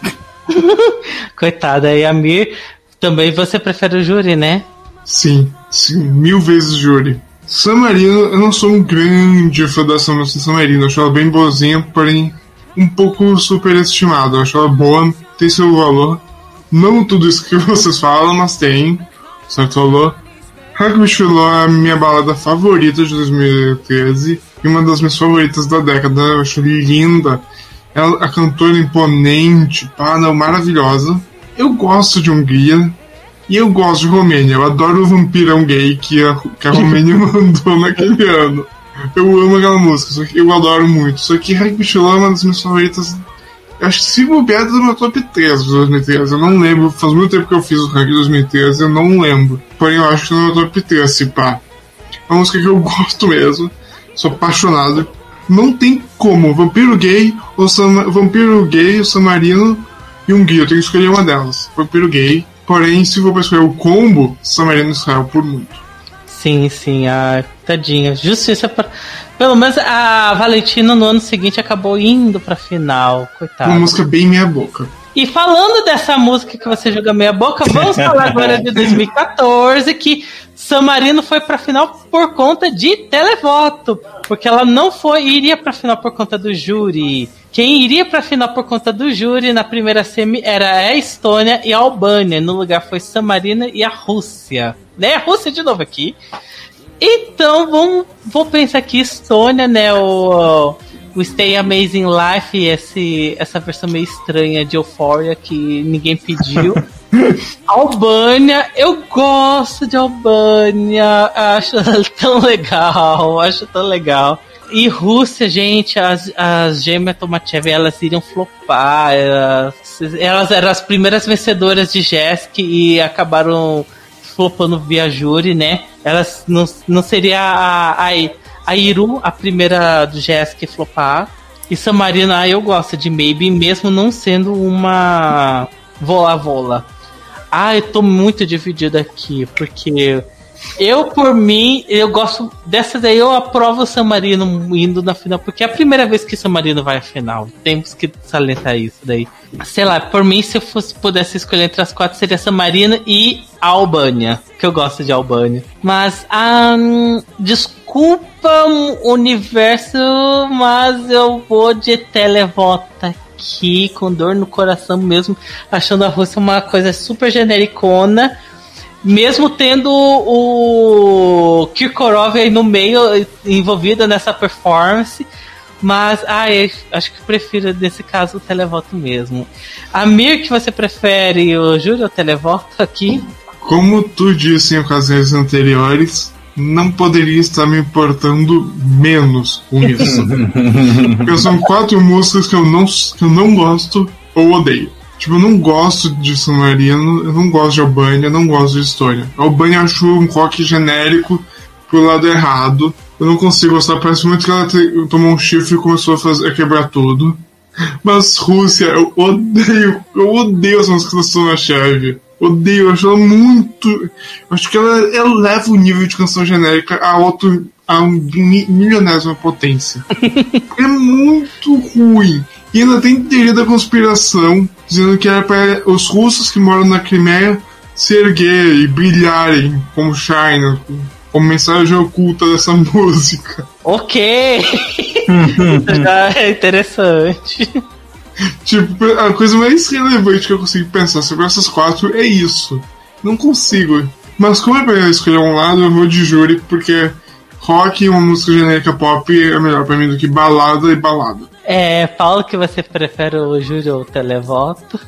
Coitada, e a Mir, também você prefere o júri, né? Sim, sim, mil vezes júri. San Marino, eu não sou um grande fã da San Marino, eu acho ela bem boazinha, porém um pouco superestimada. Eu acho ela boa, tem seu valor. Não tudo isso que vocês falam, mas tem certo valor. Hack Bicho Vilou é a minha balada favorita de dois mil e treze e uma das minhas favoritas da década. Eu acho linda. Ela, a cantora imponente, pá, não, maravilhosa. Eu gosto de Hungria e eu gosto de Romênia. Eu adoro o vampirão gay que a, que a Romênia mandou naquele ano. Eu amo aquela música, só que eu adoro muito. Só que Hack Bicho Vilou é uma das minhas favoritas. Eu acho que se bobear é do meu top três de dois mil e treze. Eu não lembro, faz muito tempo que eu fiz o ranking de dois mil e treze, eu não lembro. Porém, eu acho que é no meu top três, se pá. É uma música que eu gosto mesmo. Sou apaixonado. Não tem como. Vampiro gay, ou San, Vampiro gay, o San Marino e Hungria. Eu tenho que escolher uma delas. Vampiro gay. Porém, se for pra escolher o combo, San Marino e Israel por muito. Sim, sim. Ah, tadinha. Justiça pra... Pelo menos a Valentina no ano seguinte acabou indo pra final. Coitada. Uma música bem meia boca. E falando dessa música que você joga meia boca, vamos falar agora de dois mil e quatorze, que San Marino foi pra final por conta de televoto, porque ela não foi, iria pra final por conta do júri. Quem iria pra final por conta do júri na primeira semi era a Estônia e a Albânia. No lugar foi San Marino e a Rússia. Né? A Rússia de novo aqui. Então, vamos, vou pensar aqui, Estônia, né, o, o Stay Amazing Life, esse, essa versão meio estranha de Euphoria que ninguém pediu. Albânia, eu gosto de Albânia, acho tão legal, acho tão legal. E Rússia, gente, as, as gêmeas Tomachev, elas iriam flopar, elas, elas eram as primeiras vencedoras de Jesk e acabaram flopando via júri, né? Elas não, não seria a, a, a Iru, a primeira do Jesk flopar. E San Marino, ah, eu gosto de Maybe, mesmo não sendo uma vola-vola. Ah, eu tô muito dividido aqui, porque eu, por mim, eu gosto dessa daí, eu aprovo o San Marino indo na final, porque é a primeira vez que San Marino vai à final. Temos que salientar isso daí. Sei lá, por mim, se eu fosse, pudesse escolher entre as quatro, seria San Marino e a Albânia, que eu gosto de Albânia. Mas, ah, desculpa, universo, mas eu vou de televota aqui, com dor no coração mesmo, achando a Rússia uma coisa super genericona, mesmo tendo o Kirkorov aí no meio, envolvido nessa performance. Mas, ah, eu acho que prefiro, nesse caso, o televoto mesmo. Amir, que você prefere, o júri ou o televoto aqui? Como tu disse em ocasiões anteriores, não poderia estar me importando menos com isso. Porque são quatro músicas que eu não, que eu não gosto ou odeio. Tipo, eu não gosto de San Marino, eu não gosto de Albânia, eu não gosto de Estônia. A Albânia achou um rock genérico pro lado errado. Eu não consigo gostar, parece muito que ela te, tomou um chifre e começou a, fazer, a quebrar tudo. Mas Rússia, eu odeio, eu odeio as músicas da Tomachev. Odeio, eu acho ela muito. Eu acho que ela eleva o nível de canção genérica a outro. A um milionésima potência. É muito ruim. E ainda tem teoria da conspiração dizendo que era para os russos que moram na Crimeia se erguer e brilharem como China, como mensagem oculta dessa música. Ok! É interessante. Tipo, a coisa mais relevante que eu consigo pensar sobre essas quatro é isso. Não consigo. Mas como é pra escolher um lado, eu vou de júri, porque rock e uma música genérica pop é melhor pra mim do que balada e balada. É, Paulo, que você prefere o júri ou o televoto?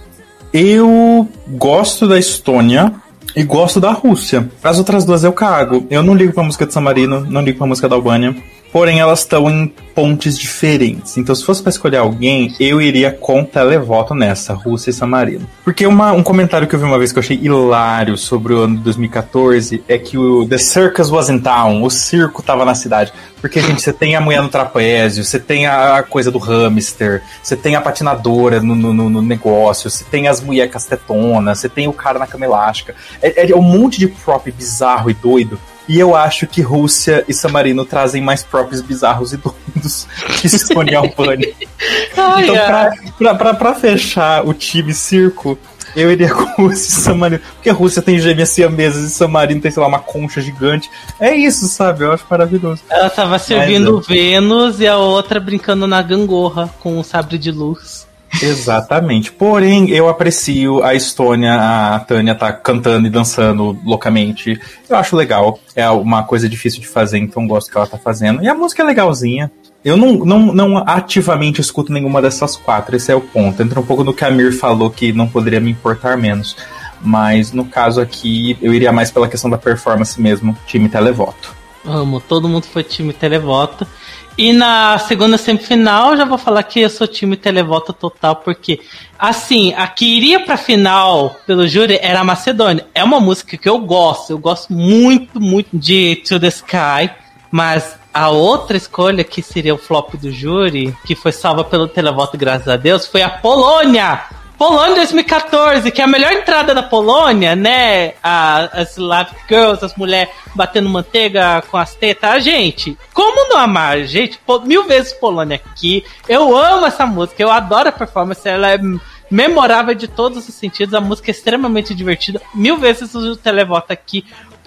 Eu gosto da Estônia e gosto da Rússia. As outras duas eu cago. Eu não ligo pra música de San Marino, não ligo pra música da Albânia. Porém, elas estão em pontes diferentes. Então, se fosse pra escolher alguém, eu iria com televoto nessa, Rússia e San Marino. Porque uma, um comentário que eu vi uma vez que eu achei hilário sobre o ano de dois mil e catorze é que o The Circus was in town, o circo tava na cidade. Porque, gente, você tem a mulher no trapézio, você tem a coisa do hamster, você tem a patinadora no, no, no negócio, você tem as mulheres castetonas, você tem o cara na cama elástica. É, é um monte de prop bizarro e doido. E eu acho que Rússia e San Marino trazem mais props bizarros e doidos que Estônia e Albânia. Então, pra, pra, pra, pra fechar o time circo, eu iria com Rússia e San Marino. Porque a Rússia tem gêmeas siamesas e San Marino tem, sei lá, uma concha gigante. É isso, sabe? Eu acho maravilhoso. Ela tava servindo Mas, Vênus e a outra brincando na gangorra com um sabre de luz. Exatamente. Porém, eu aprecio a Estônia, a Tânia tá cantando e dançando loucamente. Eu acho legal. É uma coisa difícil de fazer, então gosto do que ela tá fazendo. E a música é legalzinha. Eu não, não, não ativamente escuto nenhuma dessas quatro, esse é o ponto. Entra um pouco no que a Amir falou, que não poderia me importar menos. Mas no caso aqui, eu iria mais pela questão da performance mesmo, time televoto. Amo, todo mundo foi time televoto. E na segunda semifinal, já vou falar que eu sou time televoto total, porque, assim, a que iria pra final pelo júri era a Macedônia. É uma música que eu gosto, eu gosto muito, muito de To The Sky, mas a outra escolha, que seria o flop do júri, que foi salva pelo televoto, graças a Deus, foi a Polônia! Polônia dois mil e catorze, que é a melhor entrada da Polônia, né? A, as Slavic Girls, as mulheres batendo manteiga com as tetas. A gente, como não amar? Gente, mil vezes Polônia aqui. Eu amo essa música, eu adoro a performance, ela é memorável de todos os sentidos. A música é extremamente divertida. Mil vezes o televoto aqui.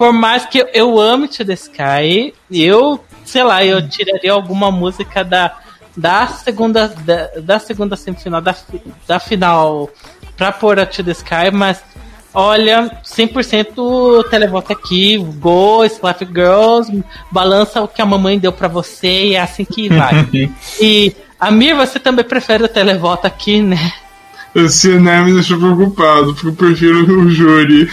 por mais que eu, eu ame To The Sky, eu, sei lá, eu tiraria alguma música da, da segunda da, da segunda semifinal, da, da final pra pôr a To The Sky, mas olha, cem por cento televoto aqui, Go, Slap Girls, balança o que a mamãe deu pra você e é assim que vai. E, Amir, você também prefere o televoto aqui, né? Esse Enem me deixou preocupado, porque eu prefiro o júri.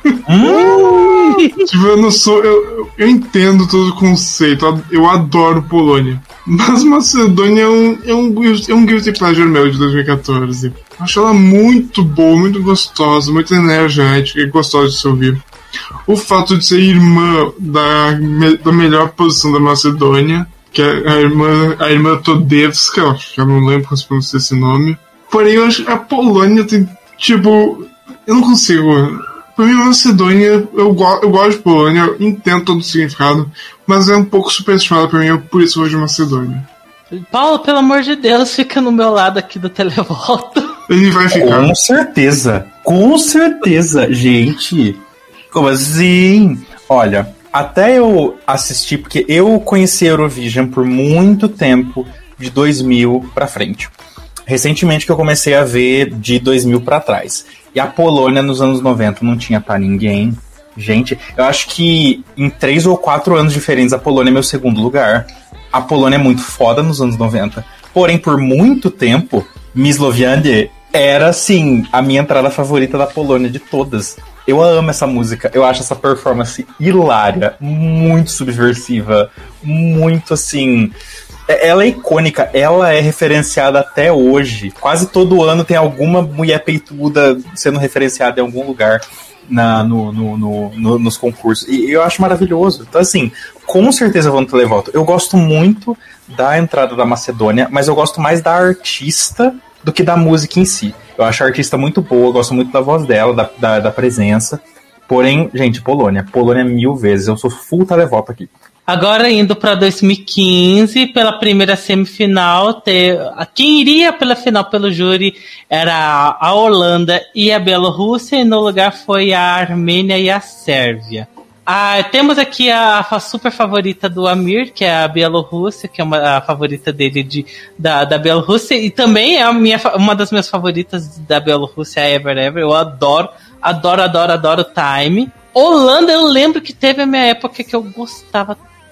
Hum. Tipo, eu não sou. Eu, eu entendo todo o conceito, eu adoro Polônia. Mas Macedônia é um, é um, é um guilty pleasure meu de dois mil e catorze. Acho ela muito boa, muito gostosa, muito energética e gostosa de se ouvir. O fato de ser irmã da, da melhor posição da Macedônia, que é a irmã, a irmã Todevska, eu acho que eu não lembro como se pronuncia esse nome. Porém, eu acho que a Polônia tem, tipo, eu não consigo. Pra mim, a Macedônia, eu, go- eu gosto de Polônia, eu entendo todo o significado, mas é um pouco superestimada pra mim, eu, por isso eu vou de Macedônia. Paulo, pelo amor de Deus, fica no meu lado aqui do televoto. Ele vai ficar. Com certeza, com certeza, gente. Como assim? Olha, até eu assistir, porque eu conheci a Eurovision por muito tempo, de dois mil pra frente. Recentemente que eu comecei a ver de dois mil pra trás. E a Polônia nos anos noventa não tinha pra ninguém. Gente, eu acho que em três ou quatro anos diferentes a Polônia é meu segundo lugar. A Polônia é muito foda nos anos noventa. Porém, por muito tempo, Mysłowianie era, assim, a minha entrada favorita da Polônia de todas. Eu amo essa música. Eu acho essa performance hilária, muito subversiva, muito, assim... Ela é icônica, ela é referenciada até hoje. Quase todo ano tem alguma mulher peituda sendo referenciada em algum lugar na, no, no, no, no, nos concursos. E eu acho maravilhoso. Então, assim, com certeza eu vou no televoto. Eu gosto muito da entrada da Macedônia, mas eu gosto mais da artista do que da música em si. Eu acho a artista muito boa, eu gosto muito da voz dela, da, da, da presença. Porém, gente, Polônia. Polônia mil vezes. Eu sou full televoto aqui. Agora indo para dois mil e quinze, pela primeira semifinal, ter, quem iria pela final pelo júri era a Holanda e a Bielorrússia, e no lugar foi a Armênia e a Sérvia. Ah, temos aqui a, a super favorita do Amir, que é a Bielorrússia, que é uma, a favorita dele de, da, da Bielorrússia, e também é a minha, uma das minhas favoritas da Bielorrússia, Ever Ever. Eu adoro, adoro, adoro, adoro Time. Holanda, eu lembro que teve a minha época que eu gostava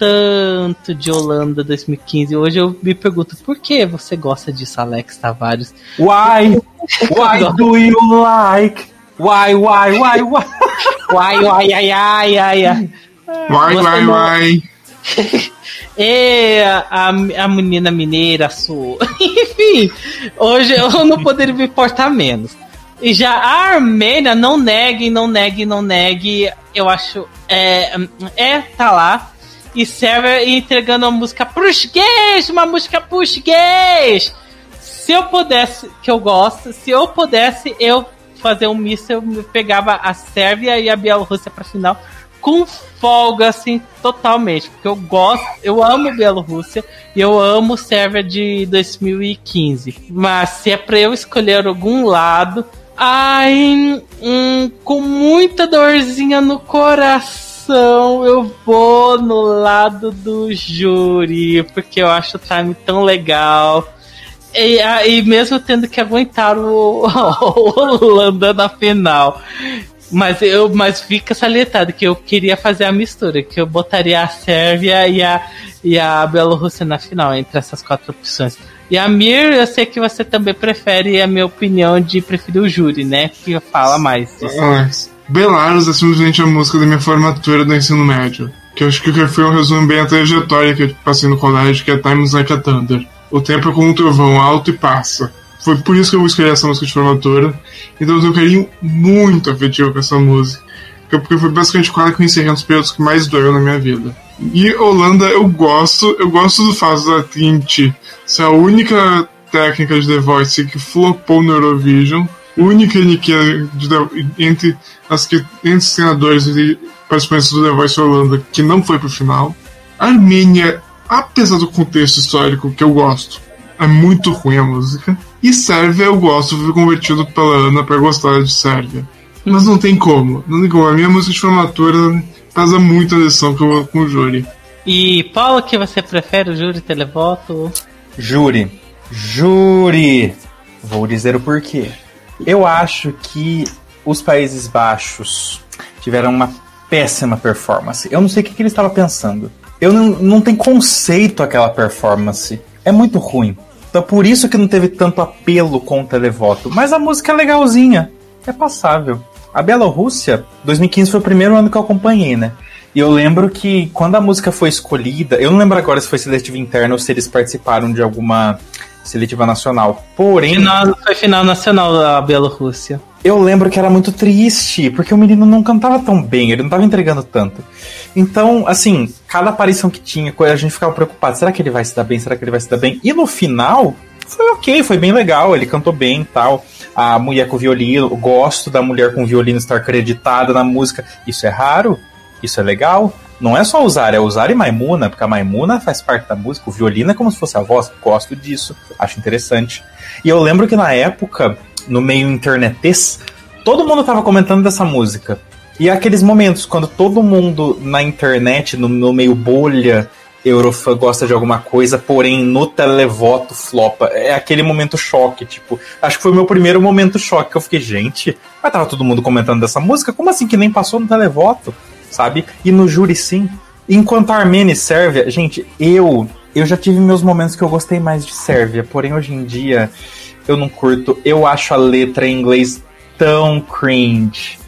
tanto de Holanda dois mil e quinze. Hoje eu me pergunto, por que você gosta disso, Alex Tavares? Why? Why do you like? Why, why, why, why? Why, why, ai, ai, ai, ai. Why, why, why? E a, a menina mineira sua. Enfim, hoje eu não poderia me importar menos. E já a Armênia, não negue, não negue, não negue. Eu acho. É, é tá lá. E Sérvia entregando uma música português, uma música português. Se eu pudesse, que eu gosto, se eu pudesse, eu fazer um misto, eu pegava a Sérvia e a Bielorrússia pra final com folga, assim, totalmente. Porque eu gosto, eu amo Bielorrússia e eu amo Sérvia de dois mil e quinze. Mas se é pra eu escolher algum lado, ai, hum, com muita dorzinha no coração, eu vou no lado do júri, porque eu acho o Time tão legal. E, e mesmo tendo que aguentar o, o Holanda na final. Mas, eu, mas fica salientado que eu queria fazer a mistura, que eu botaria a Sérvia e a, e a Bielorrússia na final, entre essas quatro opções. E a Mir, eu sei que você também prefere a minha opinião de preferir o júri, né? Que fala mais disso. Ah, Belarus é simplesmente a música da minha formatura do ensino médio. Que eu acho que foi um resumo bem a trajetória que eu passei no colégio, que é Times Like a Thunder. O tempo é como um trovão, alto e passa. Foi por isso que eu escolhi essa música de formatura. Então eu tenho um carinho muito afetivo com essa música. Porque foi basicamente quase que eu encerrei um dos períodos que mais doeu na minha vida. E Holanda eu gosto, eu gosto do fato da Tinte ser a única técnica de The Voice que flopou no Eurovision. Única de The, entre, as que, entre os treinadores e participantes do The Voice Holanda que não foi pro final. A Armênia, apesar do contexto histórico que eu gosto, é muito ruim a música. E Sérvia eu gosto, fui convertido pela Ana pra gostar de Sérvia. Mas não tem como, não tem como. A minha música de formatura pesa muito a decisão que eu vou com o júri. E Paulo, que você prefere, o júri, televoto? Júri. Júri. Vou dizer o porquê. Eu acho que os Países Baixos tiveram uma péssima performance. Eu não sei o que, que ele estava pensando. Eu não, não tenho conceito aquela performance. É muito ruim. Então por isso que não teve tanto apelo com o televoto. Mas a música é legalzinha. É passável. A Bielorrússia, dois mil e quinze foi o primeiro ano que eu acompanhei, né? E eu lembro que quando a música foi escolhida... Eu não lembro agora se foi seletiva interna ou se eles participaram de alguma seletiva nacional. Porém... Final, foi final nacional da Bielorrússia. Eu lembro que era muito triste, porque o menino não cantava tão bem, ele não estava entregando tanto. Então, assim, cada aparição que tinha, a gente ficava preocupado. Será que ele vai se dar bem? Será que ele vai se dar bem? E no final, foi ok, foi bem legal, ele cantou bem e tal. A mulher com violino, eu gosto da mulher com violino estar acreditada na música. Isso é raro, isso é legal. Não é só usar, é usar e Maimuna, porque a Maimuna faz parte da música. O violino é como se fosse a voz, gosto disso, acho interessante. E eu lembro que na época... no meio internetes, todo mundo tava comentando dessa música. E aqueles momentos, quando todo mundo na internet, no, no meio bolha, Eurofã gosta de alguma coisa, porém no televoto flopa. É aquele momento choque, tipo... Acho que foi o meu primeiro momento choque, que eu fiquei, gente, mas tava todo mundo comentando dessa música? Como assim que nem passou no televoto? Sabe? E no júri sim. Enquanto a Armênia e Sérvia, gente, eu... Eu já tive meus momentos que eu gostei mais de Sérvia, porém hoje em dia... eu não curto, eu acho a letra em inglês tão cringe.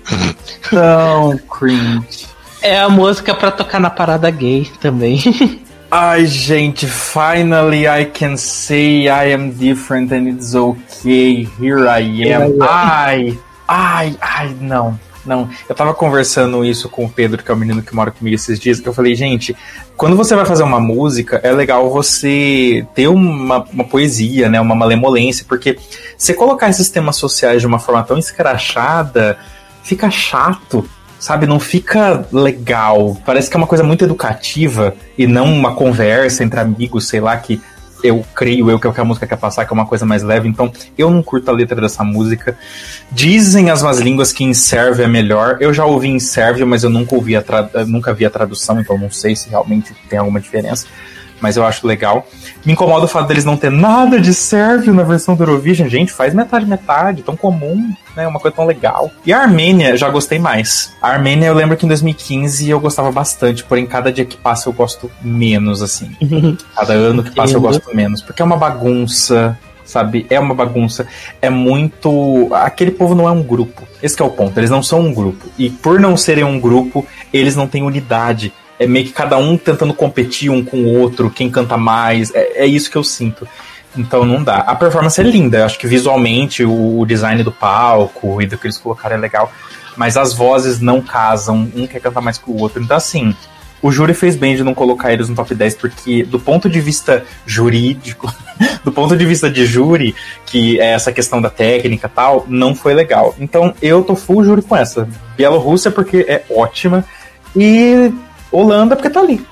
Tão cringe. É a música pra tocar na parada gay também. Ai, gente, finally I can say I am different and it's okay. Here I am. Ai, ai, ai, não. Não, eu tava conversando isso com o Pedro, que é o menino que mora comigo esses dias, que eu falei, gente, quando você vai fazer uma música, é legal você ter uma, uma poesia, né, uma malemolência, porque você colocar esses temas sociais de uma forma tão escrachada, fica chato, sabe? Não fica legal. Parece que é uma coisa muito educativa e não uma conversa entre amigos, sei lá, que... eu creio eu que é o que a música quer passar, que é uma coisa mais leve. Então eu não curto a letra dessa música. Dizem as más línguas que em sérvio é melhor. Eu já ouvi em sérvio, mas eu nunca ouvi a tra... nunca vi a tradução, então não sei se realmente tem alguma diferença, mas eu acho legal. Me incomoda o fato deles não ter nada de sérvio na versão do Eurovision. Gente, faz metade metade, tão comum, né? Uma coisa tão legal. E a Armênia, já gostei mais. A Armênia, eu lembro que em dois mil e quinze eu gostava bastante, porém cada dia que passa eu gosto menos, assim. Cada ano que passa eu gosto menos, porque é uma bagunça, sabe? É uma bagunça. É muito... Aquele povo não é um grupo. Esse que é o ponto. Eles não são um grupo. E por não serem um grupo, eles não têm unidade. É meio que cada um tentando competir um com o outro, quem canta mais. É, é isso que eu sinto. Então não dá. A performance é linda. Eu acho que visualmente o, o design do palco e do que eles colocaram é legal. Mas as vozes não casam. Um quer cantar mais que o outro. Então assim, o júri fez bem de não colocar eles no top dez, porque do ponto de vista jurídico, do ponto de vista de júri, que é essa questão da técnica e tal, não foi legal. Então eu tô full júri com essa. Bielorrússia porque é ótima. E... Holanda, porque tá ali.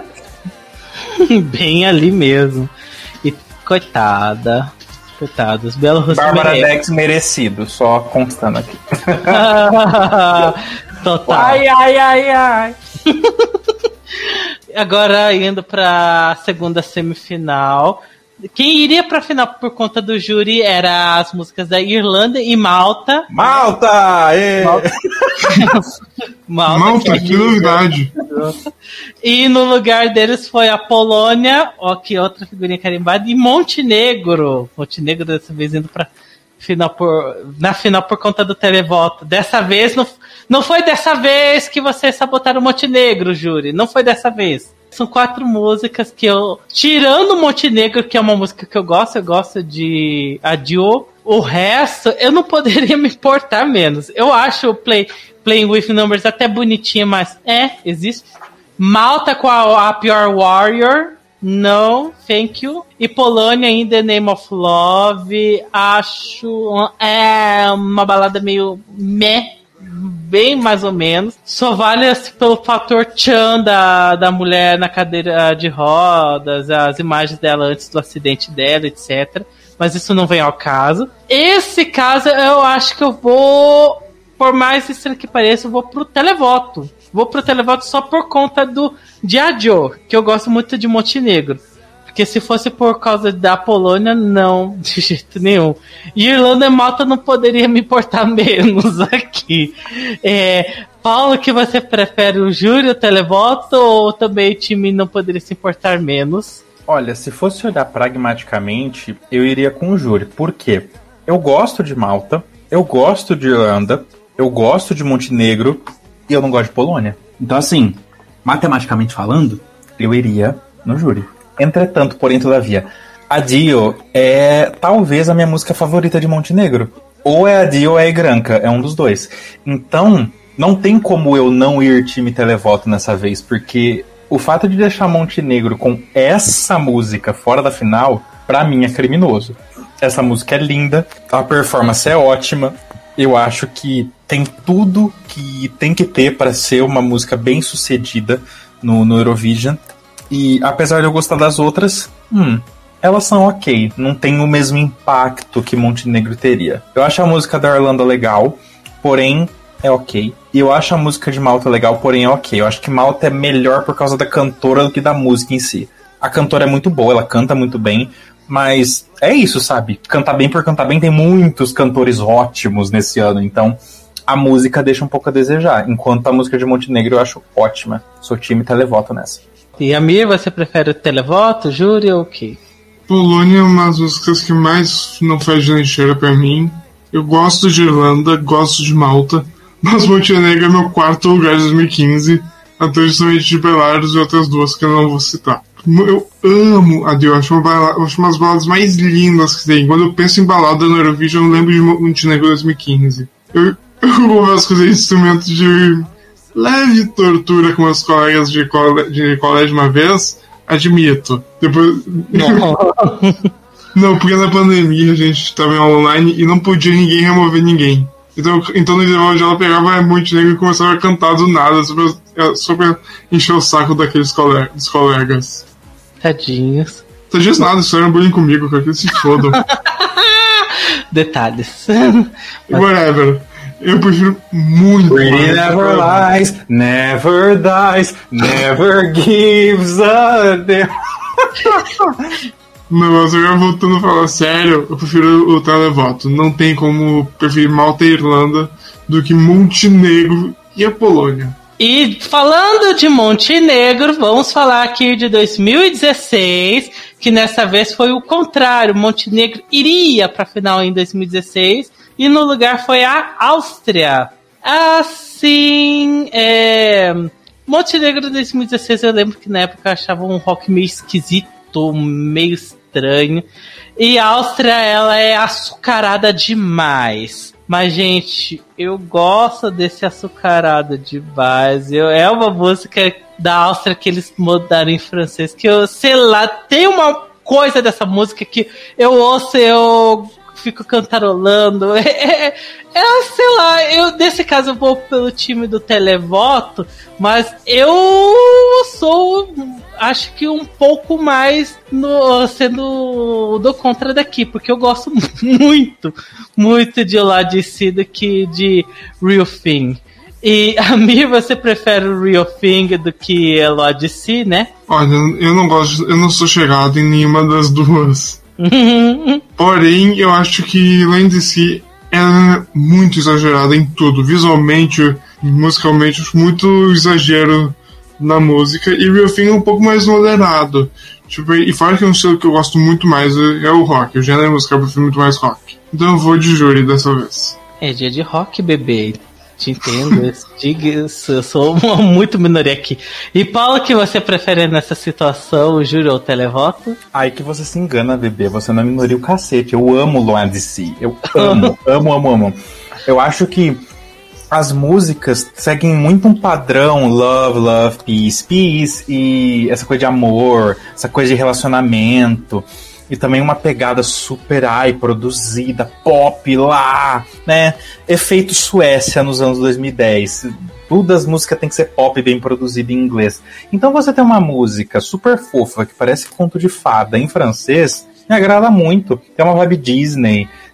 Bem ali mesmo. E coitada. Coitados. Bielorrússia. Bárbara Dex merecido, só constando aqui. Total. Ai, ai, ai, ai. Agora indo pra segunda semifinal. Quem iria pra final por conta do júri era as músicas da Irlanda e Malta. Malta! Ê. Malta, Malta, Malta, que, que novidade. E no lugar deles foi a Polônia, ó, que outra figurinha carimbada, e Montenegro. Montenegro dessa vez indo pra final por, na final por conta do televoto. Dessa vez, não, não foi dessa vez que vocês sabotaram o Montenegro, júri. Não foi dessa vez. São quatro músicas que eu... Tirando Montenegro, que é uma música que eu gosto, eu gosto de Adio. O resto, eu não poderia me importar menos. Eu acho o Play, Playing With Numbers até bonitinha, mas é, existe. Malta com a, a Pure Warrior, no, thank you. E Polônia in the Name of Love, acho... É uma balada meio meh. Bem mais ou menos. Só vale assim, pelo fator tchan da, da mulher na cadeira de rodas, as imagens dela antes do acidente dela, etcétera. Mas isso não vem ao caso. Esse caso eu acho que eu vou, por mais estranho que pareça, eu vou pro televoto. vou pro televoto só por conta do de Adio, que eu gosto muito de Montenegro. Porque se fosse por causa da Polônia, não, de jeito nenhum. E Irlanda e Malta não poderia me importar menos aqui. É, Paulo, que você prefere o júri, o televoto, ou também o time não poderia se importar menos? Olha, se fosse olhar pragmaticamente, eu iria com o júri. Por quê? Eu gosto de Malta, eu gosto de Irlanda, eu gosto de Montenegro e eu não gosto de Polônia. Então, assim, matematicamente falando, eu iria no júri. Entretanto, porém, todavia, Adio é talvez a minha música favorita de Montenegro. Ou é Adio ou é Igranka, é um dos dois. Então, não tem como eu não ir time televoto nessa vez, porque o fato de deixar Montenegro com essa música fora da final, pra mim é criminoso. Essa música é linda, a performance é ótima, eu acho que tem tudo que tem que ter para ser uma música bem sucedida no, no Eurovision. E apesar de eu gostar das outras, hum, elas são ok. Não tem o mesmo impacto que Montenegro teria. Eu acho a música da Irlanda legal, porém é ok. E eu acho a música de Malta legal, porém é ok. Eu acho que Malta é melhor por causa da cantora do que da música em si. A cantora é muito boa, ela canta muito bem, mas é isso, sabe? Cantar bem por cantar bem, tem muitos cantores ótimos nesse ano, então a música deixa um pouco a desejar. Enquanto a música de Montenegro eu acho ótima. Sou time televoto nessa. E Amir, você prefere o televoto, júri ou o quê? Polônia é uma das músicas que mais não faz de lixeira pra mim. Eu gosto de Irlanda, gosto de Malta, mas Montenegro é meu quarto lugar de dois mil e quinze, atrás somente de Belarus e outras duas que eu não vou citar. Eu amo a Dio, eu acho, uma balada, eu acho umas baladas mais lindas que tem. Quando eu penso em balada no Eurovision, eu lembro de Montenegro dois mil e quinze. Eu, eu confesso que usei instrumento de leve tortura com meus colegas de, cole, de colégio uma vez, admito. Depois. Não. Não, porque na pandemia a gente estava online e não podia ninguém remover ninguém. Então, então no intervalo ela pegava Montenegro e começava a cantar do nada, só pra, só pra encher o saco daqueles colega, dos colegas. Tadinhos. Tadinhos nada, isso era um bullying comigo, que eles se fodam. Detalhes. Whatever. Eu prefiro muito Pretty never lies, never dies, never gives a damn. Não, mas agora voltando a falar sério, eu prefiro o televoto. Não tem como preferir Malta e Irlanda do que Montenegro e a Polônia. E falando de Montenegro, vamos falar aqui de dois mil e dezesseis, que nessa vez foi o contrário. Montenegro iria para a final em dois mil e dezesseis e no lugar foi a Áustria. Assim, é... Montenegro em dois mil e dezesseis eu lembro que na época eu achava um rock meio esquisito, meio estranho. E a Áustria, ela é açucarada demais. Mas, gente, eu gosto desse açucarado demais. Eu, é uma música da Áustria que eles mudaram em francês. Que eu, sei lá, tem uma coisa dessa música que eu ouço e eu fico cantarolando. É, é, é, sei lá, eu nesse caso eu vou pelo time do televoto, mas eu sou, acho que um pouco mais no, sendo do contra daqui, porque eu gosto muito, muito de Odyssey do que de Real Thing. E a mim você prefere o Real Thing do que a Odyssey, né? Olha, eu não gosto, eu não sou chegado em nenhuma das duas. Porém, eu acho que Odyssey é muito exagerada em tudo, visualmente, musicalmente, acho muito exagero na música, e Real Thing é um pouco mais moderado. Tipo, e fora que é um estilo que eu gosto muito mais é o rock, o gênero musical eu prefiro muito mais rock. Então eu vou de júri dessa vez. É dia de rock, bebê. Te entendo, eu sou uma muito minoria aqui. E Paulo, que você prefere nessa situação, o júri ou o televoto? Aí que você se engana, bebê, você não é minoria o cacete. Eu amo Odyssey, eu amo, amo, amo, amo. Eu acho que as músicas seguem muito um padrão love, love, peace, peace, e essa coisa de amor, essa coisa de relacionamento. E também uma pegada super ai, produzida, pop lá, né? Efeito Suécia nos anos dois mil e dez. Tudo as músicas tem que ser pop, bem produzida em inglês. Então você tem uma música super fofa, que parece conto de fada em francês, me agrada muito. Tem uma vibe Disney,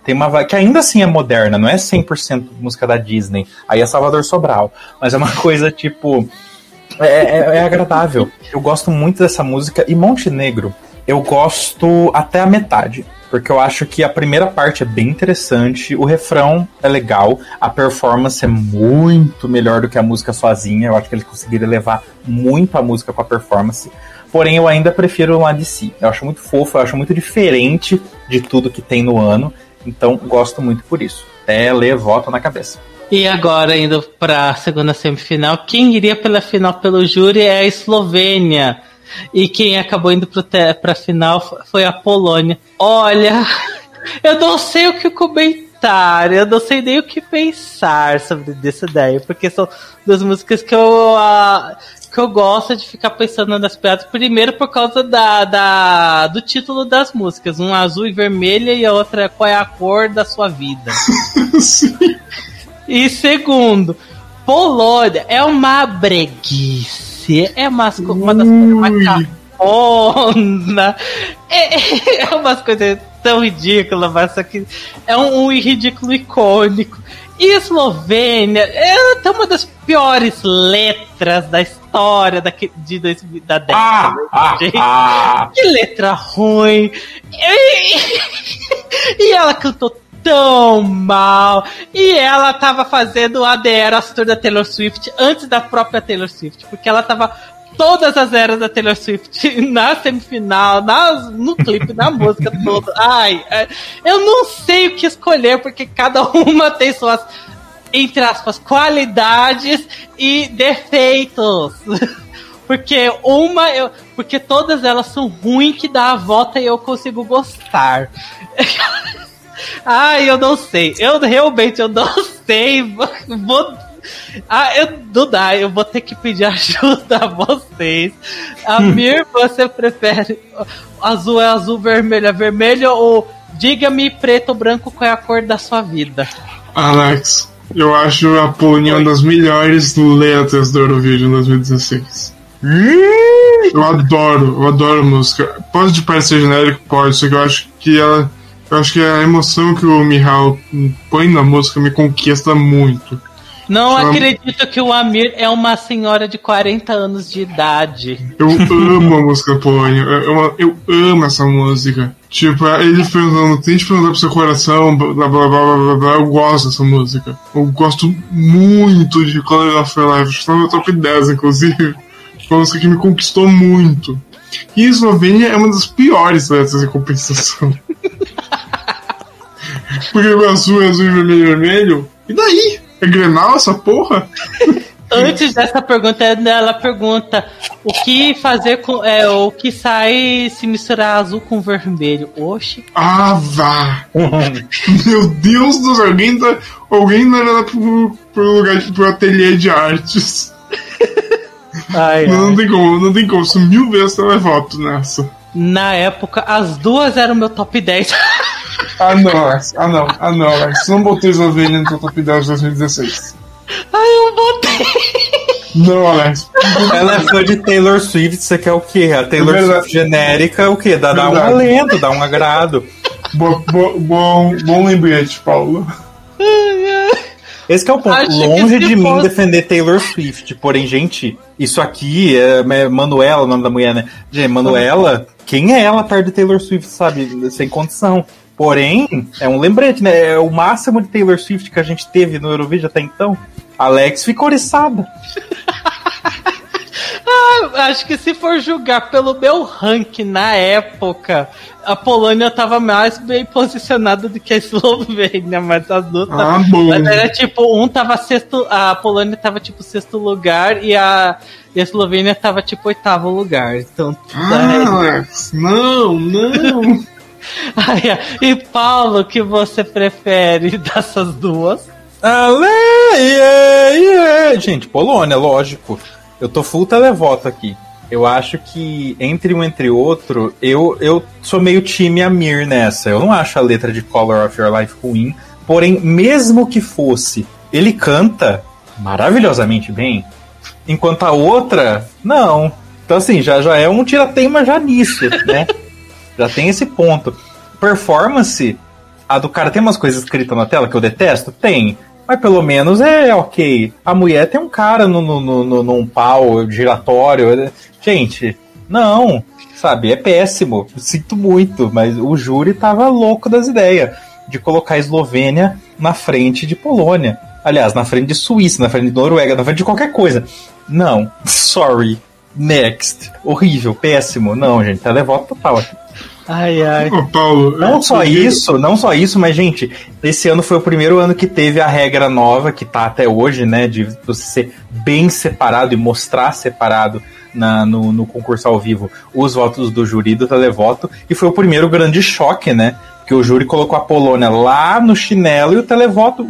Tem uma vibe que ainda assim é moderna, não é cem por cento música da Disney. Aí é Salvador Sobral. Mas é uma coisa, tipo... É, é, é agradável. Eu gosto muito dessa música. E Montenegro, eu gosto até a metade. Porque eu acho que a primeira parte é bem interessante, o refrão é legal, a performance é muito melhor do que a música sozinha. Eu acho que eles conseguiram levar muito a música com a performance. Porém, eu ainda prefiro o Lá de Si. Eu acho muito fofo, eu acho muito diferente de tudo que tem no ano. Então, gosto muito por isso. Até ler voto na cabeça. E agora, indo para a segunda semifinal, quem iria pela final pelo júri é a Eslovênia. E quem acabou indo para a final foi a Polônia. Olha, eu não sei o que comentar, eu não sei nem o que pensar sobre essa ideia, porque são duas músicas que eu, uh, que eu gosto de ficar pensando nas piadas. Primeiro por causa da, da, do título das músicas, um azul e vermelha e a outra qual é a cor da sua vida. Sim. E segundo, Polônia é uma breguice, é uma, uma das coisas mais cafona, é, é umas coisas tão ridículas, mas isso aqui é um, um ridículo icônico. E Eslovênia é tem uma das piores letras da história da, de dois, da década. Ah, ah, ah. Que letra ruim. E, e ela cantou tão mal. E ela tava fazendo a The Eras Tour da Taylor Swift antes da própria Taylor Swift, porque ela tava todas as eras da Taylor Swift na semifinal, nas, no clipe, na música toda. Ai, eu não sei o que escolher, porque cada uma tem suas, entre aspas, qualidades e defeitos. Porque uma, eu, porque todas elas são ruins que dá a volta e eu consigo gostar. Ai, eu não sei. Eu realmente eu não sei. Vou, ah, eu não dá. Eu vou ter que pedir ajuda a vocês. Amir, você prefere azul é azul, vermelho é vermelho, ou diga-me preto ou branco qual é a cor da sua vida? Alex, eu acho a Polônia uma das melhores letras do Eurovision dois mil e dezesseis. Eu adoro, eu adoro a música. Pode parecer genérico? Pode, só que eu acho que ela. Eu acho que a emoção que o Michal põe na música me conquista muito. Não Chama... acredito que o Amir é uma senhora de quarenta anos de idade. Eu amo a música da Polônia. Eu, eu, eu amo essa música. Tipo, ele perguntando, tente perguntar pro seu coração, blá blá blá blá blá. Eu gosto dessa música. Eu gosto muito de Color of Your Life. Acho que tá no meu top dez, inclusive. Foi uma música que me conquistou muito. E a Eslovênia é uma das piores letras de compensação. Porque o azul é azul e vermelho é vermelho. E daí? É Grenal essa porra? Antes dessa pergunta, ela pergunta o que fazer com. É, o que sai se misturar azul com vermelho. Oxi. Ah, vá! Meu Deus do céu, alguém tá. Alguém vai lá pro, pro lugar pro ateliê de artes. Ai, não, ai. não tem como, não tem como. Isso mil vezes eu voto nessa. Na época, as duas eram meu top dez. Ah não, Alex. Ah não, ah não, Alex. Não botei Eslovênia no teu top dez de dois mil e dezesseis. Ai, eu botei. Não, Alex. Ela é fã de Taylor Swift, você quer o quê? A Taylor é Swift genérica, o quê? Dá, dá um alento, dá um agrado. Bo, bo, bom, bom lembrete, Paulo. Esse que é o ponto. Acho Longe de mim fosse... defender Taylor Swift. Porém, gente, isso aqui é, é Manuela, o nome da mulher, né? Gente, Manuela, quem é ela perto de Taylor Swift, sabe? Sem condição. Porém, é um lembrete, né? É o máximo de Taylor Swift que a gente teve no Eurovision até então. Alex ficou oriçada. Ah, acho que se for julgar pelo meu ranking na época, a Polônia tava mais bem posicionada do que a Eslovênia, mas as duas ah, bom. Era tipo, um tava sexto, a Polônia tava tipo sexto lugar e a, e a Eslovênia tava tipo oitavo lugar. Então, ah, Alex, não, não. Ai, e Paulo, o que você prefere dessas duas? Ale, yeah, yeah. Gente, Polônia, lógico. Eu tô full televoto aqui. Eu acho que entre um entre outro, eu, eu sou meio time Amir nessa. Eu não acho a letra de Color of Your Life ruim. Porém, mesmo que fosse, ele canta maravilhosamente bem. Enquanto a outra, não. Então assim, já, já é um tira-teima já nisso, né? Já tem esse ponto. Performance, A do cara tem umas coisas escritas na tela que eu detesto? Tem. Mas pelo menos é ok. A mulher tem um cara no, no, no, num pau giratório. Gente, não. Sabe, é péssimo. Sinto muito, mas o júri tava louco das ideias de colocar a Eslovênia na frente de Polônia. Aliás, na frente de Suíça, na frente de Noruega, na frente de qualquer coisa. Não. Sorry. Next. Horrível, péssimo. Não, gente, televoto total aqui. Ai, ai. Ô, Paulo, Não só isso, não só isso, mas, gente, esse ano foi o primeiro ano que teve a regra nova, que tá até hoje, né, de você ser bem separado e mostrar separado na, no, no concurso ao vivo os votos do júri e do televoto, e foi o primeiro grande choque, né, que o júri colocou a Polônia lá no chinelo e o televoto...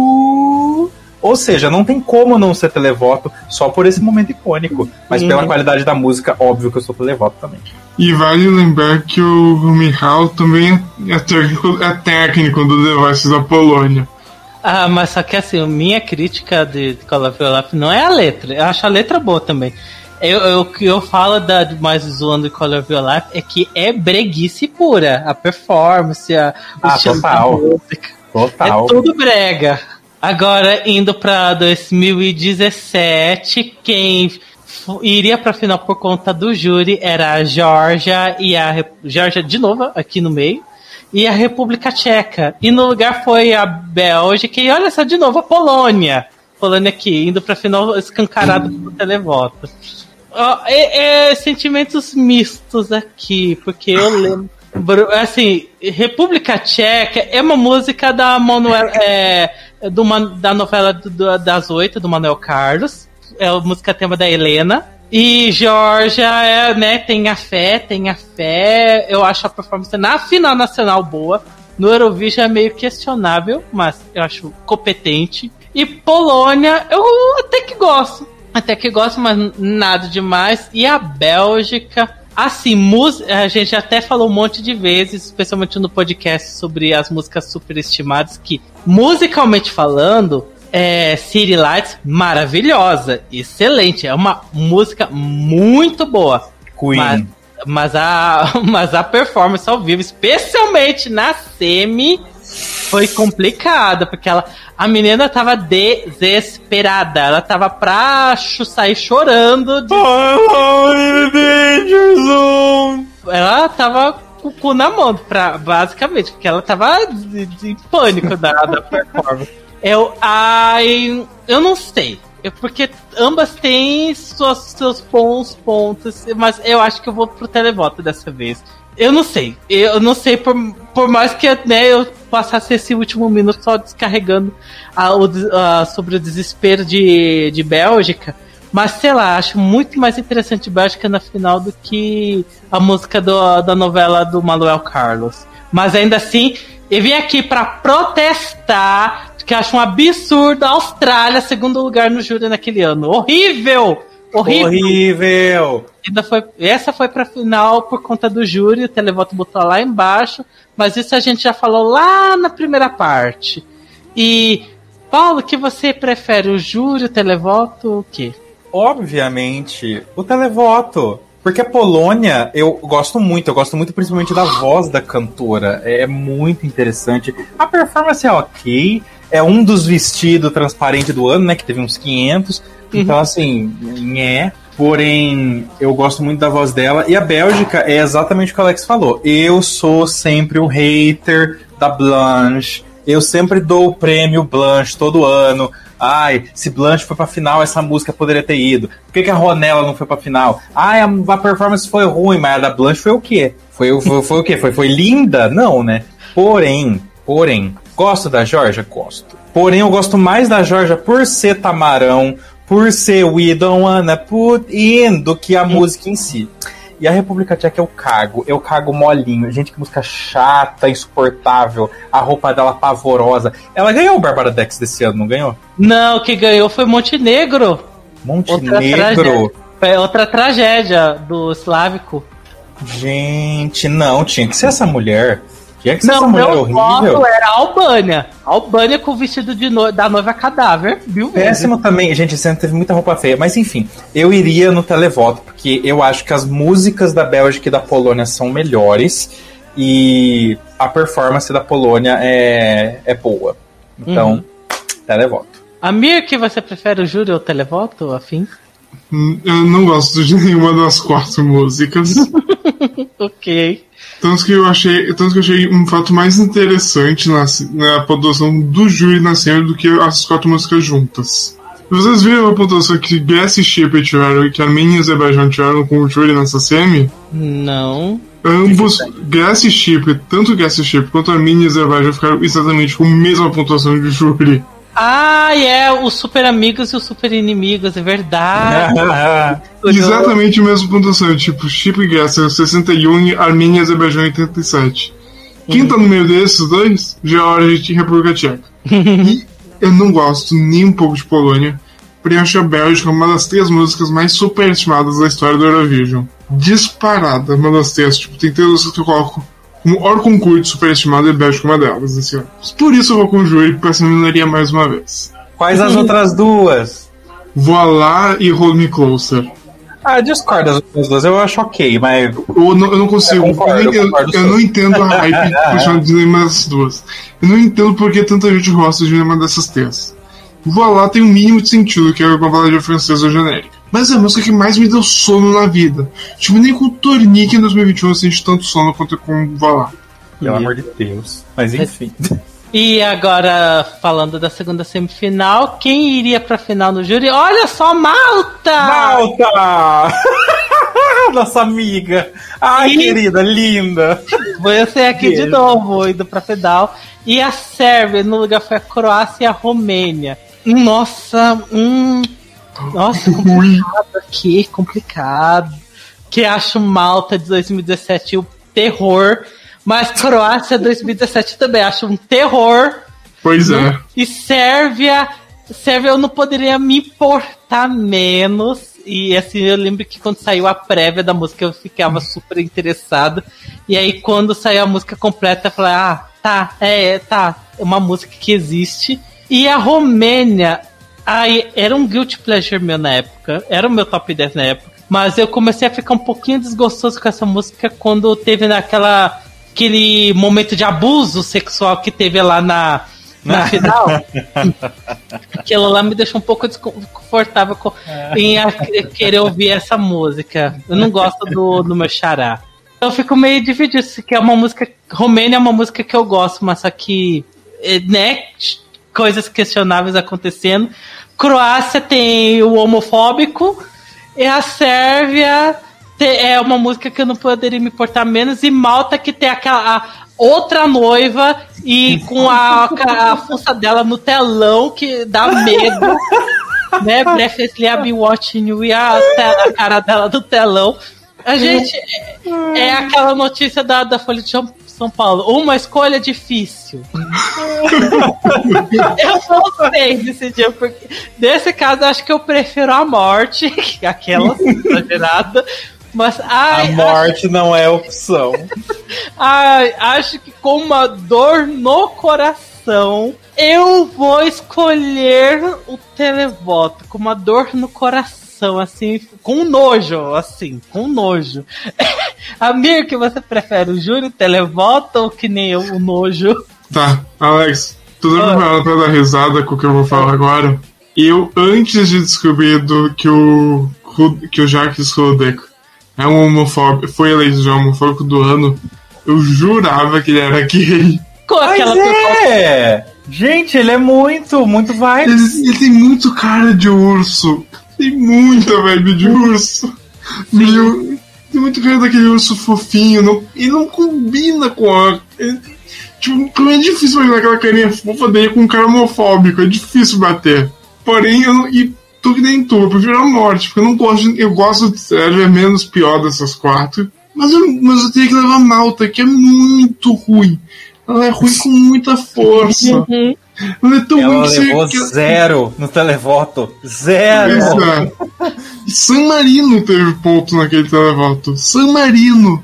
Uh... Ou seja, não tem como não ser televoto só por esse momento icônico. Mas pela qualidade da música, óbvio que eu sou televoto também. E vale lembrar que o Michał também é técnico, é técnico do The Voice da Polônia. Ah, mas só que assim, minha crítica de Call of Duty não é a letra. Eu acho a letra boa também. O que eu, eu falo da, mais zoando de Call of Duty é que é breguice pura. A performance, a, o ah, total. música. Total. É tudo brega. Agora, indo pra dois mil e dezessete, quem f- iria pra final por conta do júri era a Geórgia e a Rep- Geórgia de novo aqui no meio e a República Tcheca. E no lugar foi a Bélgica e olha só de novo a Polônia. Polônia aqui, indo pra final escancarado pelo televoto. Ó, é, é sentimentos mistos aqui, porque eu lembro. Assim, República Tcheca é uma música da Manuel, é, do, da novela do, das oito, do Manuel Carlos. É a música tema da Helena. E Geórgia é, né, tem a fé, tem a fé. Eu acho a performance na final nacional boa. No Eurovision é meio questionável, mas eu acho competente. E Polônia, eu até que gosto. Até que gosto, mas nada demais. E a Bélgica... Assim, a gente até falou um monte de vezes, especialmente no podcast, sobre as músicas superestimadas, que, musicalmente falando, é City Lights, maravilhosa, excelente, é uma música muito boa. Queen. Mas, mas, a, mas a performance ao vivo, especialmente na semi, foi complicada, porque ela, a menina tava desesperada, ela tava pra sair chorando. De... Ela tava com o cu na mão, pra, basicamente, porque ela tava de, de pânico da, da performance. Eu, ai, eu não sei, é porque ambas têm suas, seus bons pontos, mas eu acho que eu vou pro televoto dessa vez. Eu não sei, eu não sei, por, por mais que, né, eu passasse esse último minuto só descarregando a, o, a, sobre o desespero de, de Bélgica, mas sei lá, acho muito mais interessante Bélgica na final do que a música do, da novela do Manuel Carlos. Mas ainda assim, eu vim aqui pra protestar, que acho um absurdo a Austrália, segundo lugar no júri naquele ano. Horrível! Horrível! Horrível. Ainda foi, essa foi pra final por conta do júri, o televoto botou lá embaixo, mas isso a gente já falou lá na primeira parte. E, Paulo, o que você prefere, o júri, o televoto, o quê? Obviamente, o televoto. Porque a Polônia, eu gosto muito, eu gosto muito principalmente da voz da cantora, é muito interessante. A performance é ok, é um dos vestidos transparentes do ano, né, que teve uns quinhentos, uhum. Então assim, é. Porém, eu gosto muito da voz dela. E a Bélgica é exatamente o que o Alex falou. Eu sou sempre um hater da Blanche. Eu sempre dou o prêmio Blanche todo ano. Ai, se Blanche foi pra final, essa música poderia ter ido. Por que, que a Ronella não foi pra final? Ai, a, a performance foi ruim, mas a da Blanche foi o quê? Foi, foi, foi o quê? Foi, foi linda? Não, né? Porém, porém, gosto da Geórgia? Gosto. Porém, eu gosto mais da Geórgia por ser Tamarão, por ser We Don't Wanna Put In, do que a hum. música em si. E a República Tcheca eu cago, eu cago molinho. Gente, que música chata, insuportável. A roupa dela pavorosa. Ela ganhou o Bárbara Dex desse ano, não ganhou? Não, quem ganhou foi Montenegro. Montenegro? Foi outra tragédia do eslávico. Gente, não, tinha que ser essa mulher. Tinha que ser não, essa mulher meu horrível. Voto era a Albânia. A Albânia com o vestido de no... da noiva cadáver, viu? Péssimo mesmo. Também, gente, esse ano teve muita roupa feia. Mas enfim, eu iria no televoto, porque eu acho que as músicas da Bélgica e da Polônia são melhores. e a performance da Polônia é, é boa. Então, uhum. televoto. Amir, que você prefere o júri ou o televoto, afim? Eu não gosto de nenhuma das quatro músicas. Ok. Tanto que eu achei, tanto que eu achei um fato mais interessante na, na pontuação do júri na cena do que as quatro músicas juntas. Vocês viram a pontuação que Guess e Chip tiveram e que Armênia e Azerbaijão tiveram com o júri nessa semi? Não. Ambos, Guess e Chip, tanto Guess e Chip quanto Armênia e Azerbaijão ficaram exatamente com a mesma pontuação de júri. Ah, é, os super amigos e os super inimigos, é verdade. Exatamente a mesma pontuação, tipo, Chip e Guess sessenta e um e Armênia e Azerbaijão oitenta e sete. Quem uhum. tá no meio desses dois? Geórgia e República Tcheca. E eu não gosto nem um pouco de Polônia, porém acho a Bélgica uma das três músicas mais superestimadas da história do Eurovision. Disparada, uma das três. Tipo, tem três músicas que eu coloco como hors concurso superestimado e a Bélgica uma delas esse ano. Por isso eu vou com o júri, pra essa minoria mais uma vez. Quais as outras duas? Voilá e Hold Me Closer. Ah, discordo das outras duas, eu acho ok, mas... Eu não, eu não consigo, eu, concordo, eu, eu, eu não entendo a hype puxando de nenhuma dessas duas. Eu não entendo por que tanta gente gosta de nenhuma dessas três. Voilá tem um mínimo de sentido, que é uma baladinha francesa genérica. Mas é a música que mais me deu sono na vida. Tipo, nem com o Tornique em dois mil e vinte e um eu senti tanto sono quanto com o Voilá. Pelo amor de Deus. Mas enfim. E agora, falando da segunda semifinal, quem iria pra final no júri? Olha só, Malta! Malta! Nossa amiga! Ai, e... querida, linda! Você aqui de novo, indo pra final. E a Sérvia, no lugar foi a Croácia e a Romênia. Nossa, hum... Nossa, complicado aqui, complicado. Que acho Malta de dois mil e dezessete o terror. Mas Croácia dois mil e dezessete também acho um terror. Pois é. E Sérvia, Sérvia eu não poderia me importar menos. E assim, eu lembro que quando saiu a prévia da música eu ficava super interessado. E aí quando saiu a música completa eu falei, ah, tá, é, tá, é uma música que existe. E a Romênia, ai, era um guilty pleasure meu na época, era o meu top dez na época. Mas eu comecei a ficar um pouquinho desgostoso com essa música quando teve naquela... aquele momento de abuso sexual que teve lá na, na final. Aquilo lá me deixou um pouco desconfortável em a, querer ouvir essa música. Eu não gosto do, do meu xará. Eu fico meio dividido, que é uma música... Romênia é uma música que eu gosto, mas só que... né, coisas questionáveis acontecendo. Croácia tem o homofóbico e a Sérvia... é uma música que eu não poderia me importar menos. E Malta, que tem aquela outra noiva e com a, a força dela no telão, que dá medo, né? Breathlessly I've been watching you, e a, a cara dela no telão. A gente é, é aquela notícia da, da Folha de São Paulo, uma escolha difícil. Eu não sei decidir, porque nesse caso eu acho que eu prefiro a morte, aquela exagerada. Mas, ai, a morte acho... não é opção. Ai, acho que com uma dor no coração eu vou escolher o televoto. Com uma dor no coração, assim, com nojo, assim, com nojo. Amir, que você prefere, o júri, o televoto ou que nem eu, o nojo? Tá, Alex, tu tá preparado pra dar risada com o que eu vou falar agora? Eu, antes de descobrir do, que o que o Jacques Rodek é um homofóbico, foi eleito já homofóbico do ano, eu jurava que ele era gay. Com aquela Mas é! Gente, ele é muito, muito vibe. Ele, ele tem muito cara de urso. Tem muita vibe de urso. Meu, tem muito cara daquele urso fofinho. Não, e não combina com a... Ele, tipo, é difícil imaginar aquela carinha fofa dele com um cara homofóbico. É difícil bater. Porém, eu não... E, tu que nem tu, eu prefiro a morte, porque eu não gosto de, eu gosto de Sérvia, é menos pior dessas quatro, mas eu, mas eu teria que levar Malta, que é muito ruim. Ela é ruim com muita força. Uhum. Ela é tão Ela ruim levou que... zero no televoto. Zero! É. E San Marino teve ponto naquele televoto. San Marino!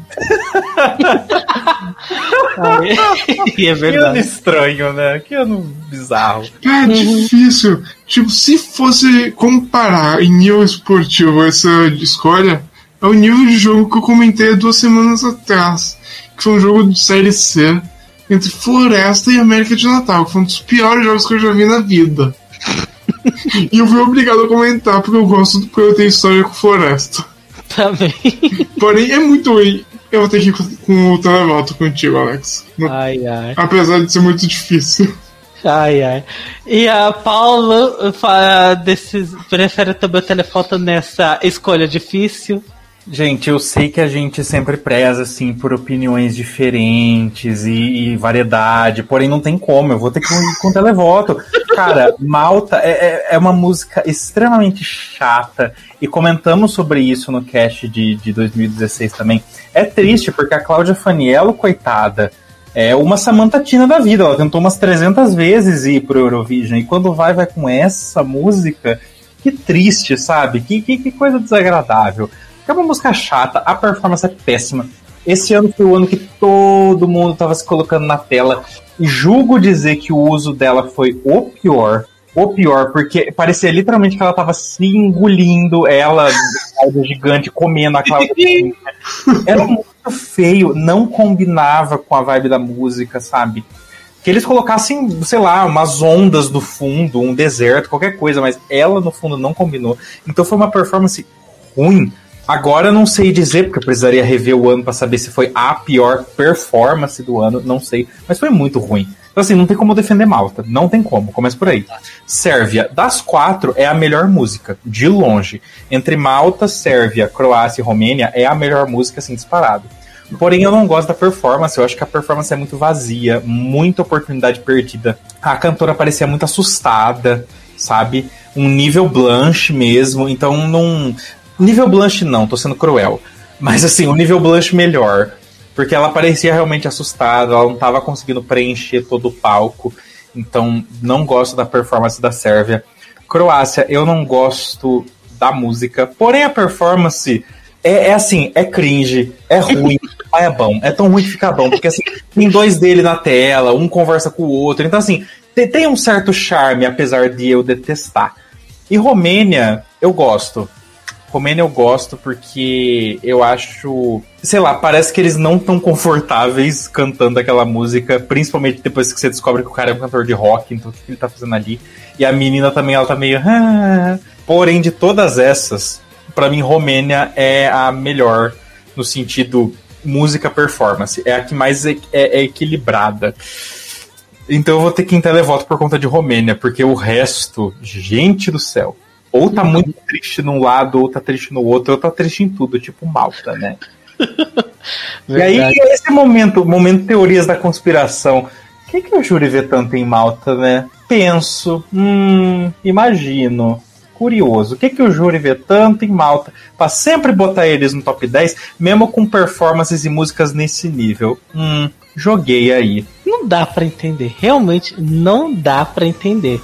E é verdade. Que ano estranho, né? Que ano bizarro. É uhum. difícil. Tipo, se fosse comparar em nível esportivo essa escolha, é o nível de jogo que eu comentei há duas semanas atrás. que foi um jogo de série C entre Floresta e América de Natal, que foi um dos piores jogos que eu já vi na vida. E eu fui obrigado a comentar porque eu gosto, porque eu tenho história com Floresta. Também. Porém, é muito ruim. Eu vou ter que ir com, com o televoto contigo, Alex. Ai, ai. Apesar de ser muito difícil. Ai, ai. E a Paula fala desses, prefere também o telefoto nessa escolha difícil. Gente, eu sei que a gente sempre preza, assim, por opiniões diferentes e, e variedade, porém não tem como, eu vou ter que ir com televoto. Cara, Malta é, é uma música extremamente chata, e comentamos sobre isso no cast de, de dois mil e dezesseis também. É triste, porque a Cláudia Faniello, coitada, é uma Samantha Tina da vida, ela tentou umas trezentas vezes ir pro Eurovision, e quando vai, vai com essa música, que triste, sabe? Que, que, que coisa desagradável. É uma música chata, a performance é péssima. Esse ano foi o ano que todo mundo estava se colocando na tela. E julgo dizer que o uso dela foi o pior. O pior, porque parecia literalmente que ela estava se engolindo, ela, o gigante, comendo a Cláudia. Era muito feio, não combinava com a vibe da música, sabe? Que eles colocassem, sei lá, umas ondas no fundo, um deserto, qualquer coisa, mas ela no fundo não combinou. Então foi uma performance ruim. Agora eu não sei dizer, porque eu precisaria rever o ano pra saber se foi a pior performance do ano, não sei, mas foi muito ruim. Então assim, não tem como defender Malta, não tem como, começa por aí. Sérvia, das quatro, é a melhor música, de longe. Entre Malta, Sérvia, Croácia e Romênia, é a melhor música, assim, disparado. Porém, eu não gosto da performance, eu acho que a performance é muito vazia, muita oportunidade perdida. A cantora parecia muito assustada, sabe? Um nível Blanche mesmo, então não... Nível Blanche não, tô sendo cruel. Mas assim, o nível Blanche melhor. Porque ela parecia realmente assustada, ela não tava conseguindo preencher todo o palco. Então, não gosto da performance da Sérvia. Croácia, eu não gosto da música. Porém, a performance é, é assim, é cringe, é ruim, mas é bom. É tão ruim que fica bom. Porque assim, tem dois dele na tela, um conversa com o outro. Então assim, tem, tem um certo charme, apesar de eu detestar. E Romênia, eu gosto. Romênia eu gosto porque eu acho... Sei lá, parece que eles não estão confortáveis cantando aquela música, principalmente depois que você descobre que o cara é um cantor de rock, então o que ele tá fazendo ali? E a menina também, ela tá meio... Ah. Porém, de todas essas, pra mim, Romênia é a melhor no sentido música-performance. É a que mais é, é, é equilibrada. Então eu vou ter que ir em televoto por conta de Romênia, porque o resto, gente do céu... Ou tá muito triste num lado, ou tá triste no outro, ou tá triste em tudo, tipo Malta, né? E aí, esse momento, momento teorias da conspiração. O que, que o júri vê tanto em Malta, né? Penso, hum, imagino. Curioso. O que, que o júri vê tanto em Malta pra sempre botar eles no top dez, mesmo com performances e músicas nesse nível? Hum, joguei aí. Não dá pra entender. Realmente não dá pra entender.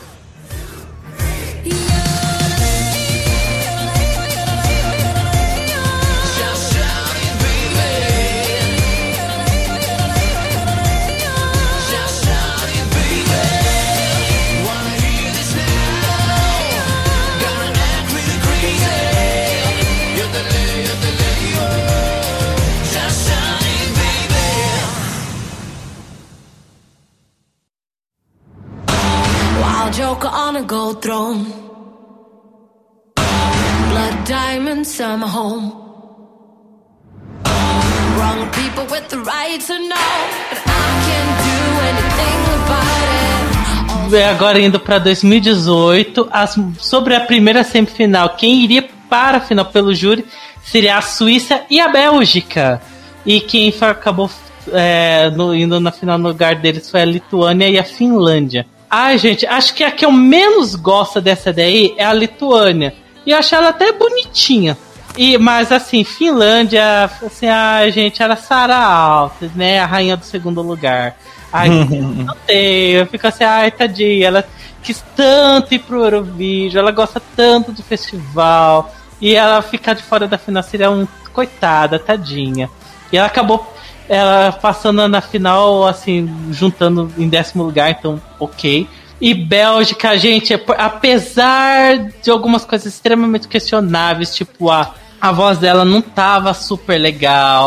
Joker on a gold throne, blood diamonds, summer home. Wrong people with the right to know, but I can't do anything about it. Agora indo para dois mil e dezoito, as, sobre a primeira semifinal, quem iria para a final pelo júri seria a Suíça e a Bélgica. E quem acabou é, no, indo na final no lugar deles foi a Lituânia e a Finlândia. Ai, gente, acho que a que eu menos gosto dessa daí é a Lituânia. E eu acho ela até bonitinha. E, mas, assim, Finlândia, assim, ai, gente, era Sarah Alves, né? A rainha do segundo lugar. Ai, não sei, eu fico assim, ai, tadinha. Ela quis tanto ir pro Eurovision, ela gosta tanto de festival. E ela ficar de fora da final seria um... Coitada, tadinha. E ela acabou... Ela passando na final, assim, juntando em décimo lugar, então, ok. E Bélgica, gente, apesar de algumas coisas extremamente questionáveis, tipo, a, a voz dela não tava super legal,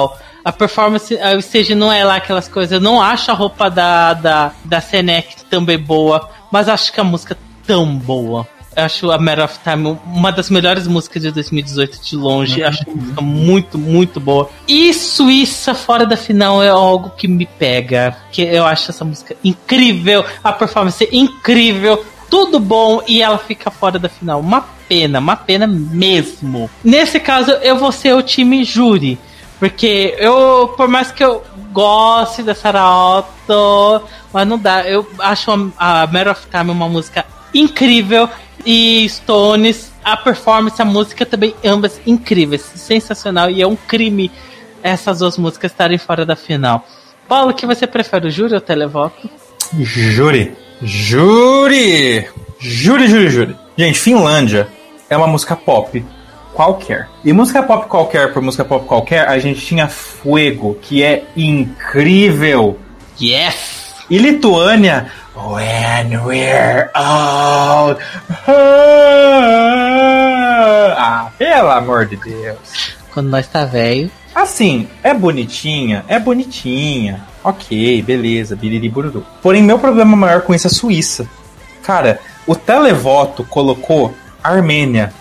A performance, o stage não é lá aquelas coisas. Eu não acho a roupa da, da, da Senec também boa, mas acho que a música é tão boa. Eu acho a Matter of Time uma das melhores músicas de dois mil e dezoito de longe. Uhum. Acho a música muito, muito boa. E Suíça fora da final é algo que me pega. Que eu acho essa música incrível. A performance é incrível. Tudo bom e ela fica fora da final. Uma pena, uma pena mesmo. Nesse caso, eu vou ser o time júri. Porque eu, por mais que eu goste da Sarah Otto, mas não dá. Eu acho a, a Matter of Time uma música incrível. E Stones, a performance, a música também, ambas incríveis, sensacional. E é um crime essas duas músicas estarem fora da final. Paulo, o que você prefere, o júri ou o televoto? Júri. Júri! Júri, júri, júri. Gente, Finlândia é uma música pop qualquer. E música pop qualquer por música pop qualquer, a gente tinha Fuego, que é incrível. Yes! E Lituânia, When We're Old. Ah, pelo amor de Deus. Quando nós tá velho. Assim, é bonitinha, é bonitinha. Ok, beleza, biriri bururu. Porém, meu problema maior com isso é a Suíça. Cara, o televoto colocou Armênia,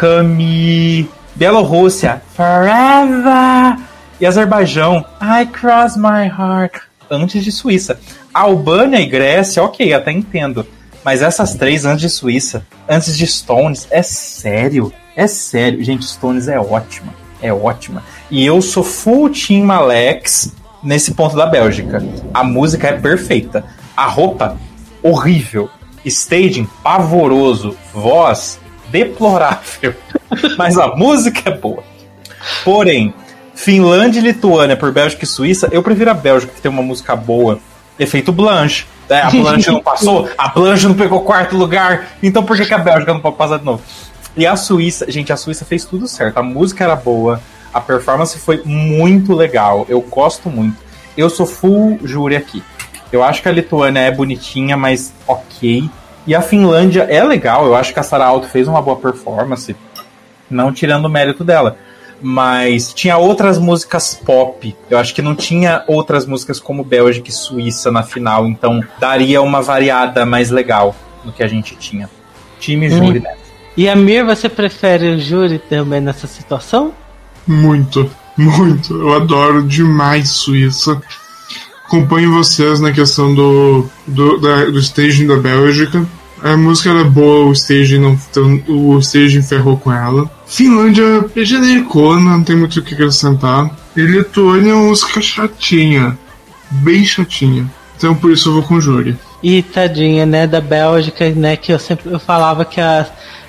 Kami, Bielorrússia, Forever, e Azerbaijão, I Cross My Heart, antes de Suíça. Albânia e Grécia, ok, até entendo. Mas essas três antes de Suíça, antes de Stones, é sério, é sério. Gente, Stones é ótima, é ótima. E eu sou full Team Alex nesse ponto da Bélgica. A música é perfeita. A roupa, horrível. Staging, pavoroso. Voz, deplorável. Mas a música é boa. Porém, Finlândia e Lituânia por Bélgica e Suíça, eu prefiro a Bélgica, que tem uma música boa. Efeito Blanche. É, a Blanche não passou, a Blanche não pegou quarto lugar, então por que, que a Bélgica não pode passar de novo? E a Suíça, gente, a Suíça fez tudo certo. A música era boa, a performance foi muito legal, eu gosto muito. Eu sou full júri aqui. Eu acho que a Lituânia é bonitinha, mas ok. E a Finlândia é legal, eu acho que a Sarah Otto fez uma boa performance, não tirando o mérito dela. Mas tinha outras músicas pop. Eu acho que não tinha outras músicas como Bélgica e Suíça na final. Então daria uma variada mais legal no que a gente tinha. Time júri, hum. né? E Amir, você prefere o júri também nessa situação? Muito, muito. Eu adoro demais Suíça. Acompanho vocês na questão do, do, da, do staging da Bélgica. A música era boa, o staging não, o staging ferrou com ela. Finlândia é genericona, não tem muito o que acrescentar. E Lituânia é uma música chatinha, bem chatinha. Então por isso eu vou com o júri. E tadinha, né, da Bélgica, né, que eu sempre eu falava que a,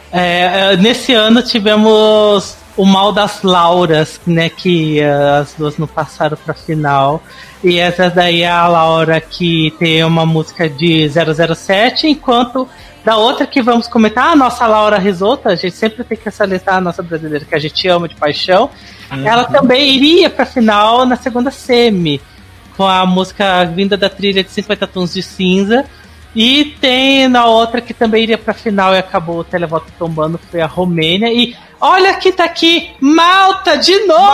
é, nesse ano tivemos o mal das Lauras, né, que as duas não passaram pra final. E essa daí é a Laura que tem uma música de zero zero sete, enquanto da outra que vamos comentar, a nossa Laura Risotto, a gente sempre tem que salientar a nossa brasileira que a gente ama de paixão, uhum. Ela também iria pra final na segunda semi, com a música vinda da trilha de cinquenta Tons de Cinza. E tem na outra que também iria pra final e acabou o televoto tombando, foi a Romênia. E olha quem tá aqui, Malta de novo!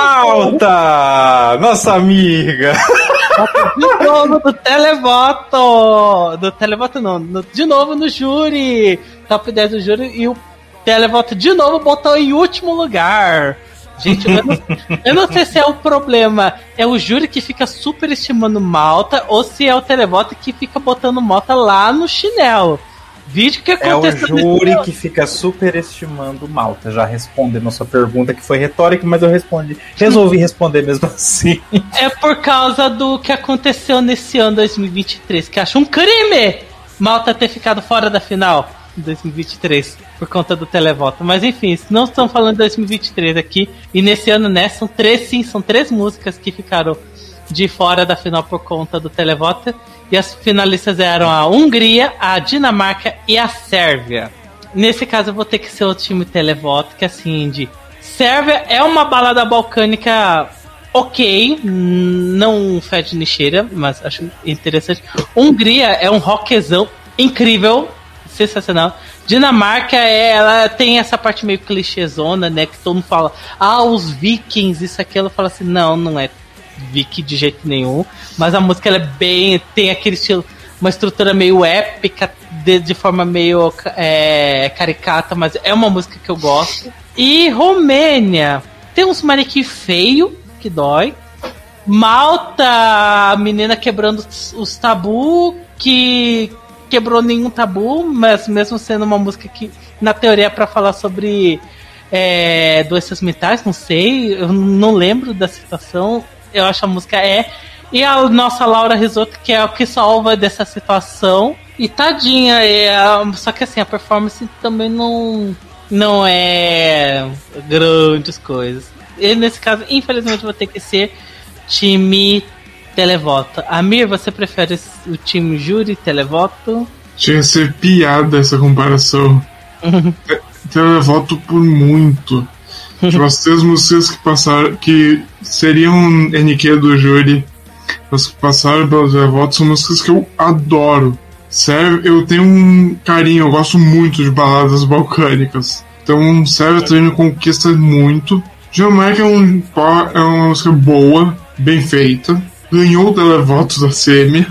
Malta! Nossa amiga! De novo do televoto! Do televoto não, no, de novo no júri! Top dez do júri e o televoto de novo botou em último lugar. Gente, eu não, eu não sei se é o problema, é o júri que fica superestimando Malta ou se é o televoto que fica botando Malta lá no chinelo. Vídeo que aconteceu. É o júri que fica superestimando Malta. Já respondendo a sua pergunta, que foi retórica, mas eu respondi. Resolvi responder mesmo assim. É por causa do que aconteceu nesse ano dois mil e vinte e três, que acho um crime Malta ter ficado fora da final em dois mil e vinte e três. Por conta do televoto. Mas enfim, não estamos falando de dois mil e vinte e três aqui. E nesse ano, né, são três, sim, são três músicas que ficaram de fora da final por conta do televoto. E as finalistas eram a Hungria, a Dinamarca e a Sérvia. Nesse caso eu vou ter que ser o time televoto, que assim, de Sérvia é uma balada balcânica ok, não fede ni cheira, mas acho interessante. Hungria é um rockzão incrível, sensacional. Dinamarca, é, ela tem essa parte meio clichêzona, né? Que todo mundo fala, ah, os vikings, isso aqui. Ela fala assim, não, não é vi que de jeito nenhum. Mas a música ela é bem. Tem aquele estilo. Uma estrutura meio épica, de, de forma meio é, caricata, mas é uma música que eu gosto. E Romênia. Tem uns manequim feio, que dói. Malta, a menina quebrando os, os tabu, que quebrou nenhum tabu, mas mesmo sendo uma música que, na teoria, é pra falar sobre é, doenças mentais, não sei, eu não lembro da situação, eu acho a música é. E a nossa Laura Risotto, que é o que salva dessa situação. E tadinha, é, só que assim, a performance também não, não é grandes coisas. E nesse caso, infelizmente, vou ter que ser time televoto. Amir, você prefere o time júri televoto? Chega a ser piada essa comparação. Te- televoto por muito. Tipo, as três músicas que passaram, que seriam N Q do júri, as que passaram pelo televoto, são músicas que eu adoro. Sério, eu tenho um carinho, eu gosto muito de baladas balcânicas. Então, sério, também me conquista muito. Dinamarca é, um, é uma música boa, bem feita. Ganhou o televoto da Semi.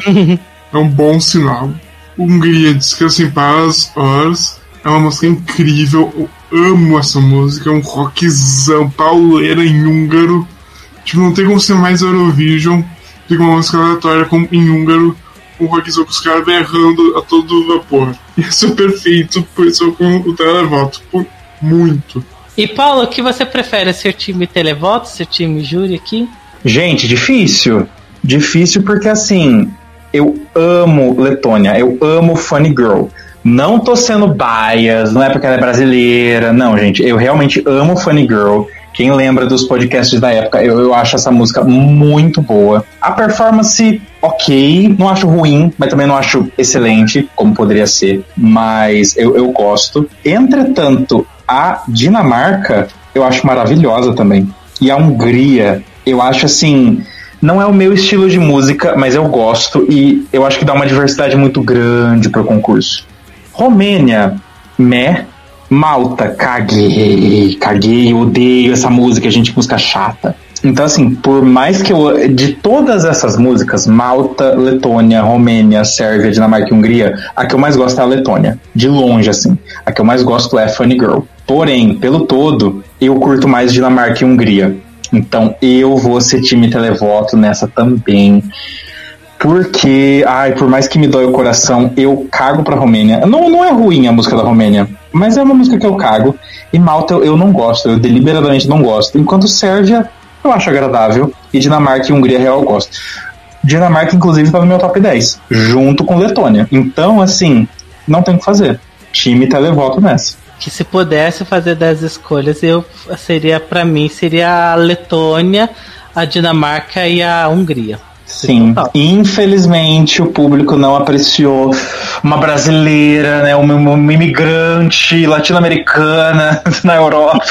É um bom sinal. Hungria, Descansa em Paz, Horas. É uma música incrível. Eu amo essa música. É um rockzão, pauleira em húngaro. Tipo, não tem como ser mais Eurovision do que uma música aleatória com, em húngaro. Um rockzão com os caras berrando a todo vapor. Isso é perfeito, por isso eu com o televoto. Por muito. E Paulo, o que você prefere? Ser time televoto, ser time júri aqui? Gente, difícil. Difícil porque, assim, eu amo Letônia, eu amo Funny Girl. Não tô sendo bias, não é porque ela é brasileira, não, gente. Eu realmente amo Funny Girl. Quem lembra dos podcasts da época, eu, eu acho essa música muito boa. A performance, ok, não acho ruim, mas também não acho excelente, como poderia ser. Mas eu, eu gosto. Entretanto, a Dinamarca, eu acho maravilhosa também. E a Hungria, eu acho assim, não é o meu estilo de música, mas eu gosto e eu acho que dá uma diversidade muito grande pro concurso. Romênia, meh. Malta, caguei, caguei, odeio essa música, gente, música chata. Então, assim, por mais que eu... De todas essas músicas, Malta, Letônia, Romênia, Sérvia, Dinamarca e Hungria, a que eu mais gosto é a Letônia. De longe, assim. A que eu mais gosto é Funny Girl. Porém, pelo todo, eu curto mais Dinamarca e Hungria. Então, eu vou ser time televoto nessa também. Porque, ai, por mais que me dói o coração, eu cago pra Romênia. Não, não é ruim a música da Romênia, mas é uma música que eu cago. E Malta eu, eu não gosto, eu deliberadamente não gosto. Enquanto Sérvia eu acho agradável. E Dinamarca e Hungria real eu gosto. Dinamarca, inclusive, tá no meu top dez, junto com Letônia. Então, assim, não tem o que fazer. Time televoto nessa. Que se pudesse fazer dez escolhas, eu seria, pra mim, seria a Letônia, a Dinamarca e a Hungria. Sim, infelizmente o público não apreciou uma brasileira, né, uma, uma imigrante latino-americana na Europa.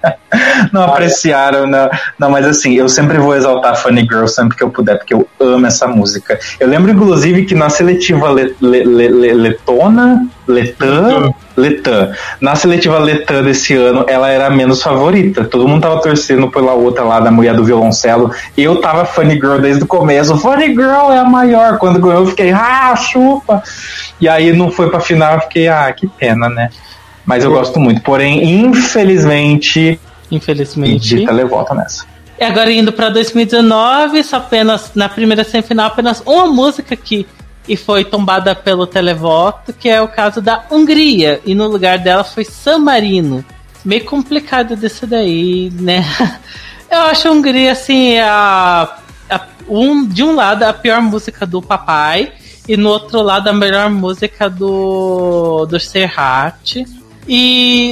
Não apreciaram, não. Não, mas assim, eu sempre vou exaltar Funny Girl sempre que eu puder, porque eu amo essa música. Eu lembro, inclusive, que na seletiva le, le, le, le, letona, letã, letã, na seletiva letã desse ano, ela era a menos favorita. Todo mundo tava torcendo pela outra lá, da mulher do violoncelo. Eu tava Funny Girl desde o começo. Funny Girl é a maior. Quando ganhou, eu fiquei, ah, chupa. E aí não foi pra final, eu fiquei, ah, que pena, né? Mas eu gosto muito. Porém, infelizmente, infelizmente, de televoto nessa. E agora indo pra dois mil e dezenove, só apenas na primeira semifinal, apenas uma música que e foi tombada pelo televoto, que é o caso da Hungria, e no lugar dela foi San Marino. Meio complicado desse daí, né? Eu acho a Hungria, assim, a, a, um, de um lado a pior música do Papai, e no outro lado a melhor música do, do Serhat. E...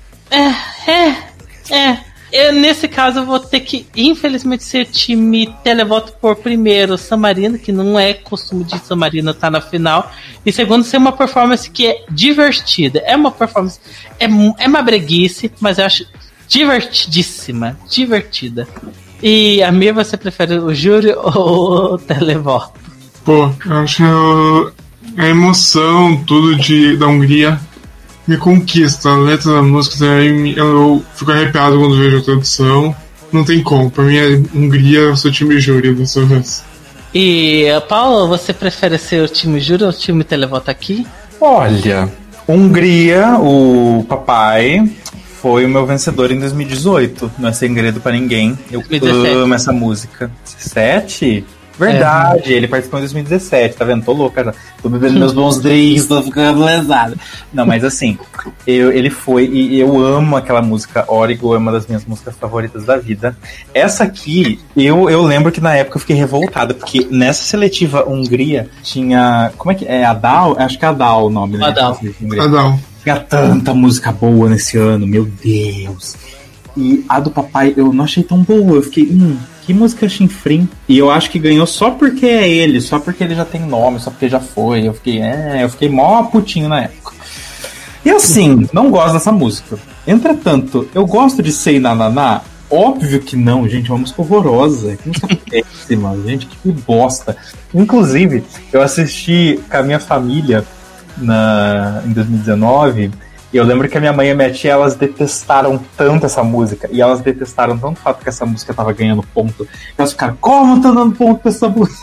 É, é, é... Eu, nesse caso, eu vou ter que, infelizmente, ser time televoto por primeiro, San Marino, que não é costume de San Marino estar na final, e segundo, ser uma performance que é divertida. É uma performance, é, é uma breguice, mas eu acho divertidíssima, divertida. E, Amir, você prefere o júri ou o televoto? Pô, eu acho que a emoção, tudo de, da Hungria me conquista. A letra da música também, eu fico arrepiado quando vejo a tradução. não tem como. Pra mim, a Hungria é o seu time júri dessa vez. E, Paulo, você prefere ser o time júri ou o time televoto aqui? Olha, Hungria, o papai, foi o meu vencedor em dois mil e dezoito. Não é segredo pra ninguém. Eu dois mil e dezessete. Amo essa música. dezessete? Verdade, é. Ele participou em dois mil e dezessete, tá vendo? Tô louca já. Tô bebendo meus bons drinks, tô ficando lesado. Não, mas assim, eu, ele foi, e eu amo aquela música. Origo é uma das minhas músicas favoritas da vida. Essa aqui, eu, eu lembro que na época eu fiquei revoltada, porque nessa seletiva Hungria tinha. Como é que é? Adal? Acho que é Adal o nome, né? Adal. Adal. Tinha tanta música boa nesse ano, meu Deus. E a do papai eu não achei tão boa. Eu fiquei, hum, que música chinfrim. E eu acho que ganhou só porque é ele, só porque ele já tem nome, só porque já foi. Eu fiquei, é, eu fiquei mó putinho na época. E assim, não gosto dessa música. Entretanto, eu gosto de Sei Nananá. Óbvio que não, gente, é uma música horrorosa. Que música péssima, gente, que bosta. Inclusive, eu assisti com a minha família na, em dois mil e dezenove. E eu lembro que a minha mãe e a minha tia, elas detestaram tanto essa música. E elas detestaram tanto o fato que essa música tava ganhando ponto. Elas ficaram, como tá dando ponto pra essa música?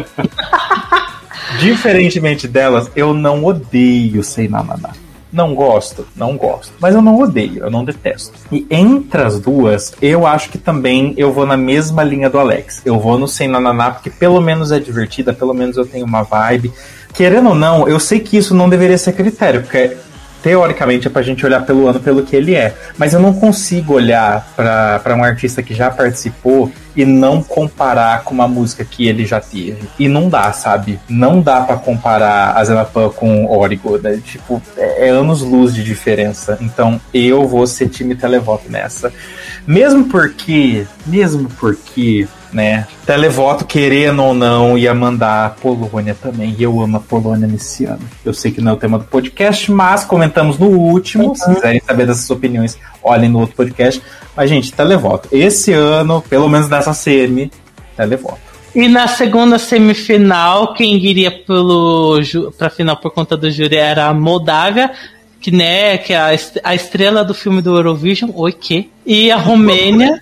Diferentemente delas, eu não odeio Sei Nananá. Não gosto, não gosto. Mas eu não odeio, eu não detesto. E entre as duas, eu acho que também eu vou na mesma linha do Alex. Eu vou no Sei Nananá porque pelo menos é divertida, pelo menos eu tenho uma vibe. Querendo ou não, eu sei que isso não deveria ser critério, porque teoricamente é pra gente olhar pelo ano pelo que ele é. Mas eu não consigo olhar pra, pra um artista que já participou e não comparar com uma música que ele já teve. E não dá, sabe? Não dá pra comparar a Zena Pan com Origo, né? Tipo, é, é anos-luz de diferença. Então eu vou ser time televoto nessa. Mesmo porque, mesmo porque, né, televoto, querendo ou não, ia mandar a Polônia também. E eu amo a Polônia nesse ano. Eu sei que não é o tema do podcast, mas comentamos no último. Uhum. Se quiserem saber dessas opiniões, olhem no outro podcast. Mas, gente, televoto. Esse ano, pelo menos nessa C M, televoto. E na segunda semifinal, quem iria pelo, pra final por conta do júri era a Moldávia, que, né, que é a, a estrela do filme do Eurovision, oi que, e a Romênia,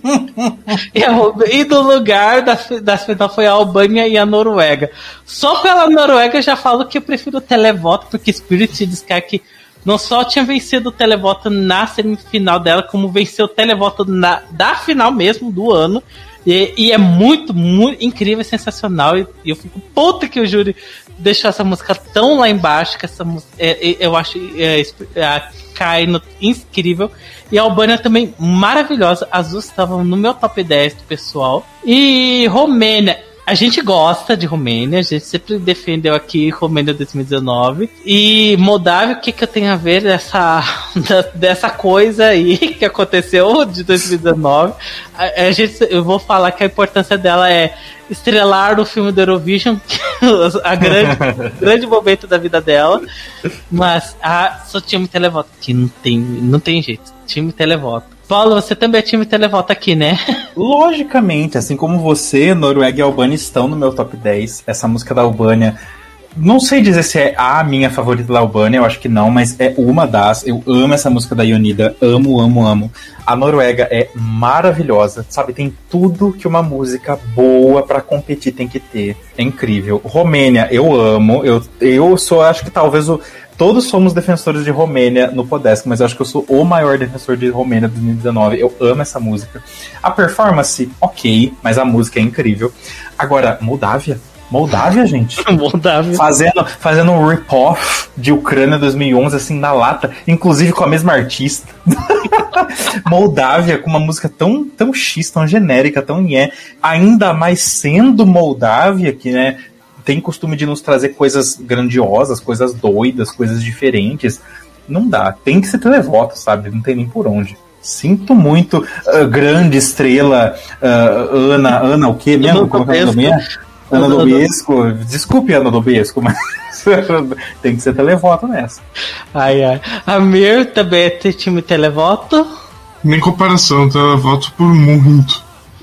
e, a, e do lugar da, da final foi a Albânia e a Noruega. Só pela Noruega eu já falo que eu prefiro o televoto, porque Spirit of the Sky que não só tinha vencido o televoto na semifinal dela, como venceu o televoto na, da final mesmo do ano. E, e é muito, muito incrível e sensacional. E, e eu fico puta que o júri deixou essa música tão lá embaixo, que essa música, é, é, eu acho é, é, cai no incrível. E a Albânia também maravilhosa. As duas estavam no meu top dez do pessoal. E Romênia, a gente gosta de Romênia, a gente sempre defendeu aqui Romênia dois mil e dezenove. E Moldávia, o que, que eu tenho a ver dessa, dessa coisa aí que aconteceu de dois mil e dezenove? A, a gente, eu vou falar que a importância dela é estrelar o filme do Eurovision, a grande, grande momento da vida dela. Mas a, sou time televoto, que não tem, não tem jeito, time televoto. Paulo, você também é time televoto aqui, né? Logicamente, assim como você, Noruega e Albânia estão no meu top dez. Essa música da Albânia, não sei dizer se é a minha favorita da Albânia, eu acho que não, mas é uma das. Eu amo essa música da Ionida, amo, amo, amo. A Noruega é maravilhosa, sabe? Tem tudo que uma música boa pra competir tem que ter. É incrível. Romênia, eu amo. Eu, eu sou, acho que talvez o... Todos somos defensores de Romênia no Podesk, mas eu acho que eu sou o maior defensor de Romênia de dois mil e dezenove. Eu amo essa música. A performance, ok, mas a música é incrível. Agora, Moldávia? Moldávia, gente? Moldávia. Fazendo, fazendo um rip-off de Ucrânia dois mil e onze, assim, na lata, inclusive com a mesma artista. Moldávia, com uma música tão, tão X, tão genérica, tão nhé. Ainda mais sendo Moldávia, que, né, tem costume de nos trazer coisas grandiosas, coisas doidas, coisas diferentes. Não dá, tem que ser televoto, sabe? Não tem nem por onde. Sinto muito, uh, grande estrela, uh, Ana, Ana o quê mesmo? Como é o nome? Ana Dobesco. Desculpe, Ana Dobesco, mas tem que ser televoto nessa. Ai, ai. A Mir também é ter time televoto? Nem comparação, televoto por muito.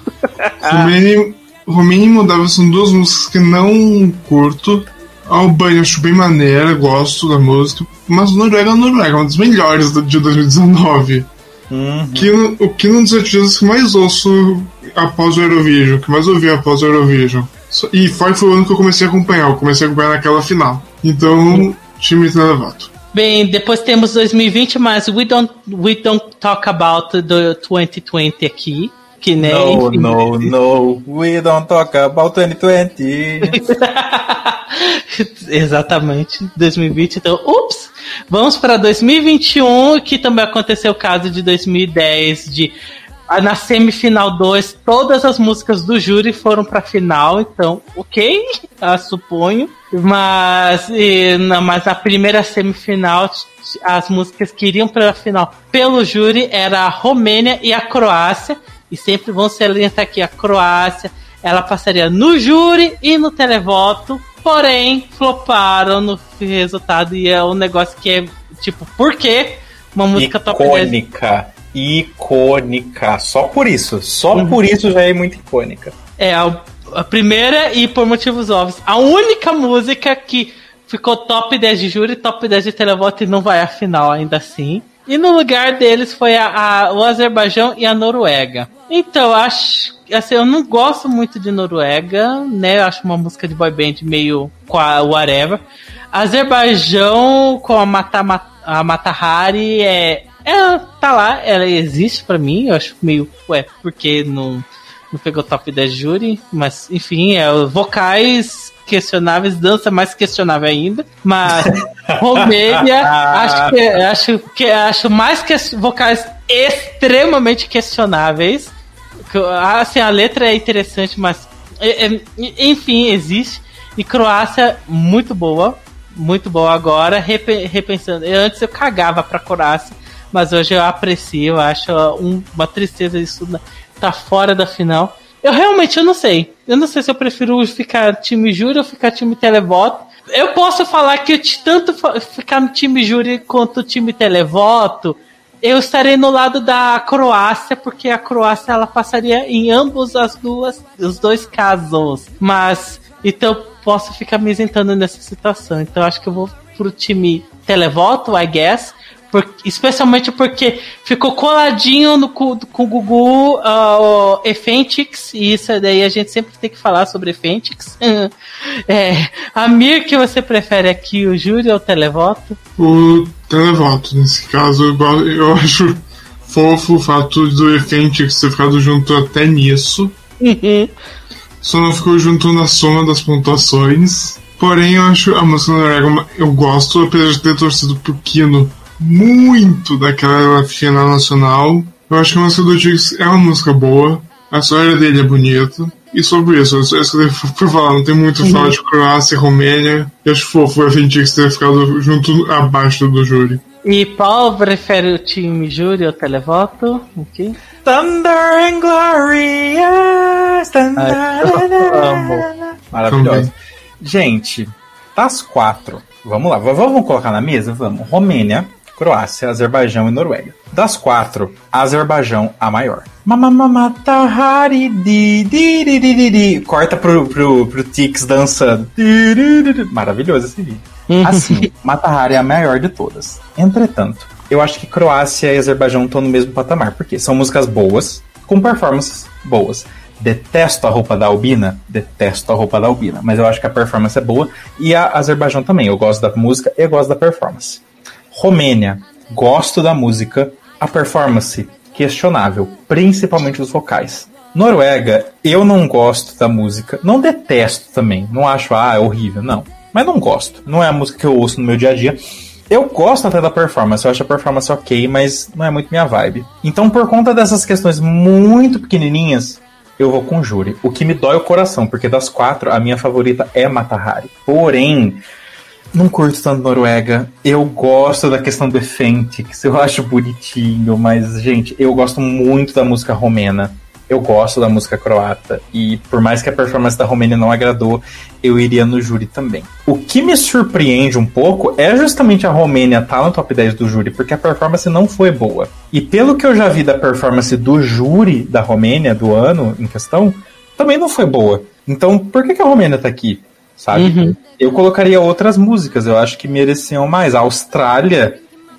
Romênia... Romênia e Moldávia são duas músicas que não curto. A Albânia acho bem maneira, gosto da música. Mas Noruega é Noruega, uma das melhores de dois mil e dezenove. Uhum. Que, o que não dos artistas que mais ouço após o Eurovision, que mais ouvi após o Eurovision. E foi, foi o ano que eu comecei a acompanhar, eu comecei a acompanhar naquela final. Então, time de televoto. Bem, depois temos dois mil e vinte, mas we don't, we don't talk about the twenty twenty aqui. Que nem, no, enfim. no, no, we don't talk about twenty twenty. Exatamente, dois mil e vinte. Então, ups! Vamos para dois mil e vinte e um, que também aconteceu o caso de dois mil e dez, de na semifinal dois, todas as músicas do júri foram para final, então, ok, eu suponho. Mas, e, na, mas na primeira semifinal, as músicas que iriam para a final pelo júri era a Romênia e a Croácia. E sempre vão salientar aqui a Croácia, ela passaria no júri e no televoto, porém floparam no resultado, e é um negócio que é tipo, por quê? Uma música top dez. Icônica, icônica, só por isso, só uhum. por isso já é muito icônica. É, a, a primeira, e por motivos óbvios, a única música que ficou top dez de júri, top dez de televoto e não vai à final ainda assim. E no lugar deles foi a, a, o Azerbaijão e a Noruega. Então, eu acho... Assim, eu não gosto muito de Noruega, né? Eu acho uma música de boy band meio whatever. Azerbaijão com a Mata, a Mata Hari é... Ela tá lá, ela existe pra mim. Eu acho meio... Ué, porque não, não pegou top dez de júri? Mas, enfim, é vocais... questionáveis, dança mais questionável ainda, mas Romênia acho que acho que acho mais que vocais extremamente questionáveis. Assim, a letra é interessante, mas é, é, enfim, existe. E Croácia muito boa, muito boa agora, rep, repensando. Eu, antes eu cagava pra Croácia, mas hoje eu aprecio, eu acho um, uma tristeza isso tá fora da final. Eu realmente eu não sei. Eu não sei se eu prefiro ficar time júri ou ficar time televoto. Eu posso falar que eu tanto ficar no time júri quanto time televoto, eu estarei no lado da Croácia, porque a Croácia ela passaria em ambos as duas, os dois casos. Mas então eu posso ficar me isentando nessa situação. Então eu acho que eu vou pro time televoto, I guess. Por, especialmente porque ficou coladinho no, com, com o Gugu uh, o Efentix, e isso daí a gente sempre tem que falar sobre Efentix. é, Amir, que você prefere aqui, o júri ou o televoto? O televoto, nesse caso, eu, eu acho fofo o fato do Efentix ter ficado junto até nisso. Uhum. Só não ficou junto na soma das pontuações. Porém, eu acho a música Noruega, eu gosto, apesar de ter torcido pro Kino muito daquela final nacional. Eu acho que a música do Tix é uma música boa, a história dele é bonita, e sobre isso, é isso que eu devo falar, não tem muito uhum. falar de Croácia e Romênia, e acho fofo o F Tix ter ficado junto abaixo do júri. E Paulo prefere o time júri ou televoto? Okay. Thunder and Glorious, Thunder. Maravilhoso. Gente, das quatro, vamos lá, vamos colocar na mesa? Vamos. Romênia, Croácia, Azerbaijão e Noruega. Das quatro, Azerbaijão a maior. Mamamamata di di di di di. Corta pro, pro, pro Tix dançando. Maravilhoso esse vídeo. Assim, Mata Hari é a maior de todas. Entretanto, eu acho que Croácia e Azerbaijão estão no mesmo patamar, porque são músicas boas, com performances boas. Detesto a roupa da Albina, detesto a roupa da Albina, mas eu acho que a performance é boa, e a Azerbaijão também, eu gosto da música e gosto da performance. Romênia, gosto da música, a performance questionável, principalmente os vocais. Noruega, eu não gosto da música, não detesto também, não acho, ah, é horrível, não, mas não gosto, não é a música que eu ouço no meu dia a dia. Eu gosto até da performance, eu acho a performance ok, mas não é muito minha vibe. Então, por conta dessas questões muito pequenininhas, eu vou com o júri. O que me dói o coração, porque das quatro, a minha favorita é Mata Hari. Porém, não curto tanto Noruega. Eu gosto da questão do Efentix, eu acho bonitinho, mas, gente, eu gosto muito da música romena. Eu gosto da música croata. E por mais que a performance da Romênia não agradou, eu iria no júri também. O que me surpreende um pouco é justamente a Romênia estar no top dez do júri, porque a performance não foi boa. E pelo que eu já vi da performance do júri da Romênia, do ano em questão, também não foi boa. Então, por que, que a Romênia tá aqui? Sabe? Uhum. Eu colocaria outras músicas, eu acho que mereciam mais. A Austrália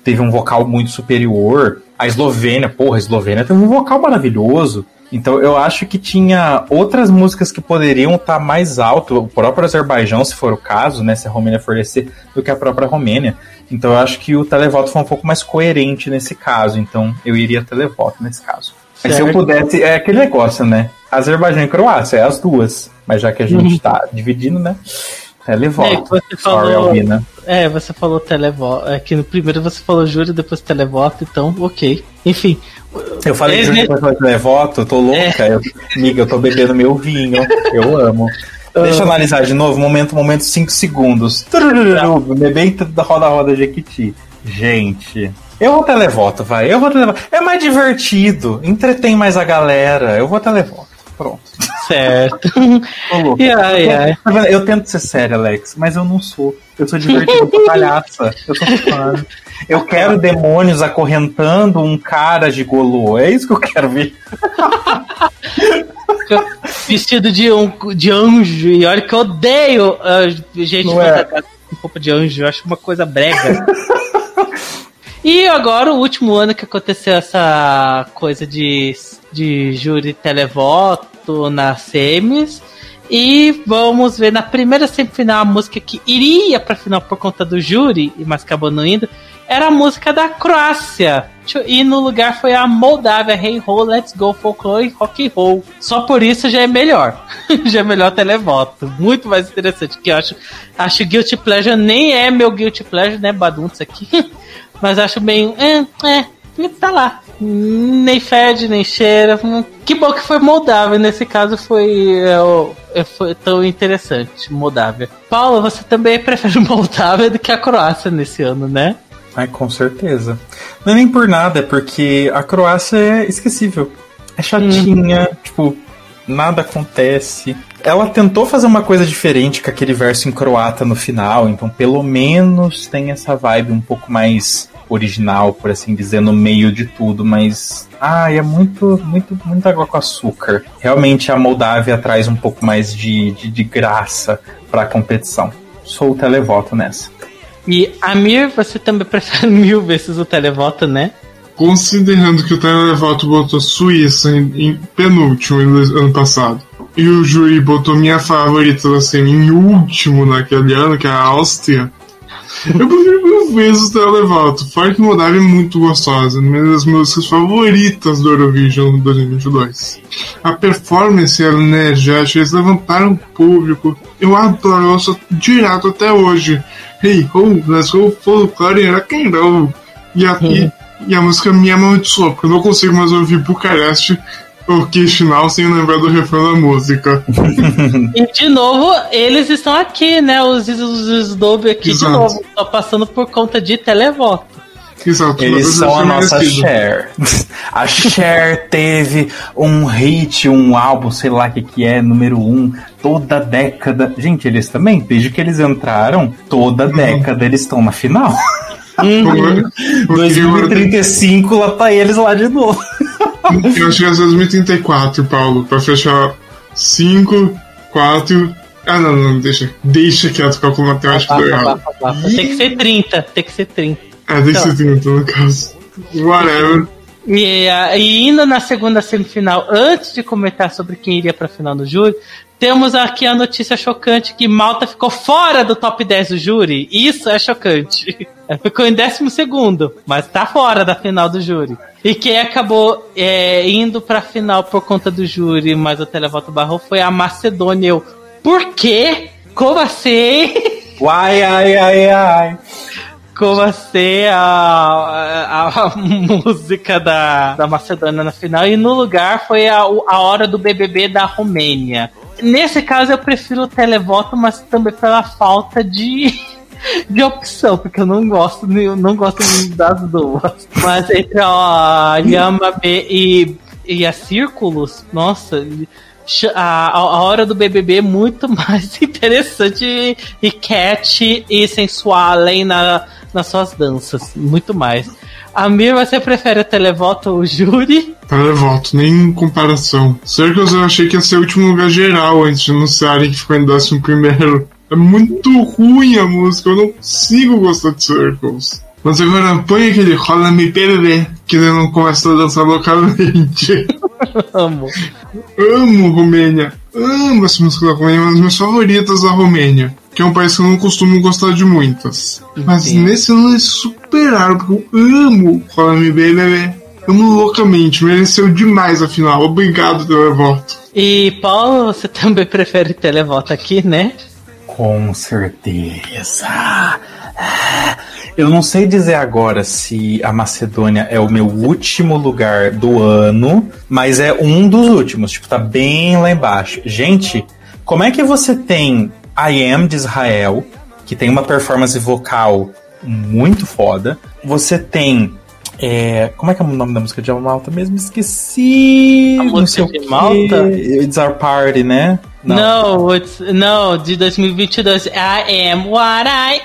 teve um vocal muito superior. A Eslovênia, porra, a Eslovênia teve um vocal maravilhoso. Então eu acho que tinha outras músicas que poderiam estar mais alto, o próprio Azerbaijão, se for o caso, né, se a Romênia for descer, do que a própria Romênia. Então eu acho que o televoto foi um pouco mais coerente nesse caso, então eu iria televoto nesse caso. Mas se eu pudesse, é aquele negócio, né, Azerbaijão e Croácia, é as duas, mas já que a gente tá dividindo, né, televoto. É, você Sorry, falou, Albina. É, você falou televoto, é que no primeiro você falou júri, depois televoto, então ok. Enfim... Eu falei Eles... que depois eu televoto, eu tô louca. É. Eu, amiga, eu tô bebendo meu vinho. Eu amo. Deixa eu analisar de novo. Momento, momento, cinco segundos. Bem da roda-roda Jequiti. Gente, eu vou televoto, vai. Eu vou televoto. É mais divertido. Entretém mais a galera. Eu vou televoto. Pronto. Certo. Tô louco. Yeah, yeah. Eu, eu tento ser sério, Alex, mas eu não sou. Eu sou divertido, eu sou palhaça. Eu sou fã. Eu quero demônios acorrentando um cara gigolô. É isso que eu quero ver. Vestido de, um, de anjo. E olha que eu odeio uh, gente fantasiada com roupa de anjo. Eu acho uma coisa brega. E agora, o último ano que aconteceu essa coisa de, de júri televoto nas semis. E vamos ver na primeira semifinal a música que iria pra final por conta do júri, mas acabou não indo, era a música da Croácia. E no lugar foi a Moldávia, Hey Ho, Let's Go, Folklore, Rock and Roll. Só por isso já é melhor. Já é melhor televoto. Muito mais interessante. Que eu acho, acho Guilty Pleasure nem é meu Guilty Pleasure, né? Badunça aqui. Mas acho bem. É, é, tá lá. Nem fede, nem cheira. Que bom que foi Moldávia. Nesse caso foi, é, foi tão interessante. Moldávia. Paulo, você também prefere Moldávia do que a Croácia nesse ano, né? Ai, com certeza. Não é nem por nada, é porque a Croácia é esquecível. É chatinha, uhum. Tipo, nada acontece. Ela tentou fazer uma coisa diferente com aquele verso em croata no final, então pelo menos tem essa vibe um pouco mais original, por assim dizer, no meio de tudo, mas ai, é muito, muito, muita água com açúcar. Realmente a Moldávia traz um pouco mais de, de, de graça pra competição. Sou o televoto nessa. E Amir, você também prefere mil vezes o televoto, né? Considerando que o televoto botou Suíça em, em penúltimo no ano passado, e o júri botou minha favorita assim, em último naquele ano, que é a Áustria, eu prefiro mil vezes o televoto. Fora que Moldávia é muito gostosa, uma das músicas favoritas do Eurovision dois mil e vinte e dois. A performance era energética, eles levantaram o público. Eu adoro, eu ouço direto até hoje. Hey, ho, let's go, folklore, rock and roll. E a, uhum. e, e a música me amaldiçoou, porque eu não consigo mais ouvir Bucareste o que final sem lembrar do refrão da música. E de novo, eles estão aqui, né? Os, os, os Dobby aqui. Exato. De novo, só passando por conta de televoto. Exato, eles são a nossa Cher. A Cher teve um hit, um álbum, sei lá o que que é, número um, toda década. Gente, eles também, desde que eles entraram, toda uhum. década eles estão na final. Uhum. dois mil e trinta e cinco lá pra eles lá de novo. Eu acho que é dois mil e trinta e quatro, Paulo, pra fechar cinco, quatro... Ah, não, não, deixa. Deixa quieto, cálculo matemático do errado. Tem que ser trinta, tem que ser trinta. É, tem que ser trinta no caso. Whatever. E, e indo na segunda semifinal, antes de comentar sobre quem iria pra final do júri, temos aqui a notícia chocante que Malta ficou fora do top dez do júri. Isso é chocante. Ficou em décimo segundo, mas tá fora da final do júri. E quem acabou é, indo pra final por conta do júri, mas o televoto barrou, foi a Macedônia. Eu, por quê? Como assim? Uai, ai, ai, ai. Como assim a, a, a música da, da Macedônia na final. E no lugar foi a, a hora do B B B da Romênia. Nesse caso eu prefiro o televoto, mas também pela falta de, de opção, porque eu não gosto, eu não gosto das duas. Mas entre a Lhama B e, e a Círculos, nossa, a, a hora do B B B é muito mais interessante e, e cat e sensual além na, nas suas danças, muito mais. Amir, você prefere o televoto ou o júri? Televoto, nem em comparação. Circles eu achei que ia ser o último lugar geral antes de anunciarem que ficou em décimo primeiro. É muito ruim a música, eu não consigo gostar de Circles. Mas agora põe aquele rola-me bebê, que ele não começa a dançar loucamente. Amo. Amo Romênia. Amo essa música da Romênia, uma das minhas favoritas da Romênia. Que é um país que eu não costumo gostar de muitas. Mas Sim. nesse ano eles superaram, porque eu amo Rola-me bebê. Amo loucamente, mereceu demais a final. Obrigado, televoto. E Paulo, você também prefere televoto aqui, né? Com certeza. Eu não sei dizer agora se a Macedônia é o meu último lugar do ano, mas é um dos últimos, tipo, tá bem lá embaixo. Gente, como é que você tem I Am de Israel, que tem uma performance vocal muito foda, você tem... É, como é que é o nome da música de Malta mesmo? Esqueci. A música de quê. Malta? It's Our Party, né? Não, no, it's, no, de dois mil e vinte e dois. I am what I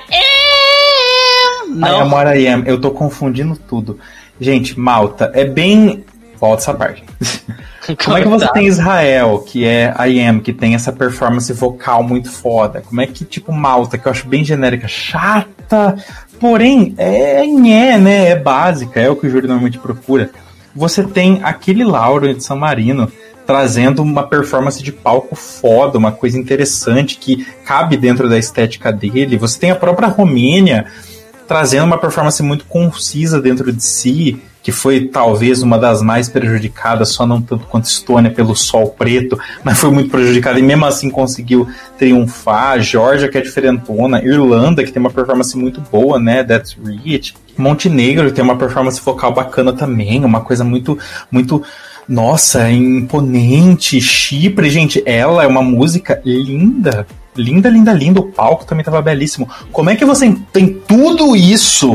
am. Não. I am what I am. Eu tô confundindo tudo. Gente, Malta é bem... Volta essa parte. Como é que você tem Israel, que é I Am, que tem essa performance vocal muito foda? Como é que, tipo, Malta, que eu acho bem genérica, chata, porém, é nhé, né? É básica, é o que o júri normalmente procura. Você tem aquele Lauro de San Marino trazendo uma performance de palco foda, uma coisa interessante que cabe dentro da estética dele. Você tem a própria Romênia trazendo uma performance muito concisa dentro de si, que foi talvez uma das mais prejudicadas, só não tanto quanto Estônia pelo sol preto, mas foi muito prejudicada e mesmo assim conseguiu triunfar. Geórgia, que é diferentona, Irlanda, que tem uma performance muito boa, né, That's Rich, Montenegro, que tem uma performance vocal bacana também, uma coisa muito, muito, nossa, imponente. Chipre, gente, ela é uma música linda, linda, linda, linda, o palco também tava belíssimo. Como é que você tem tudo isso,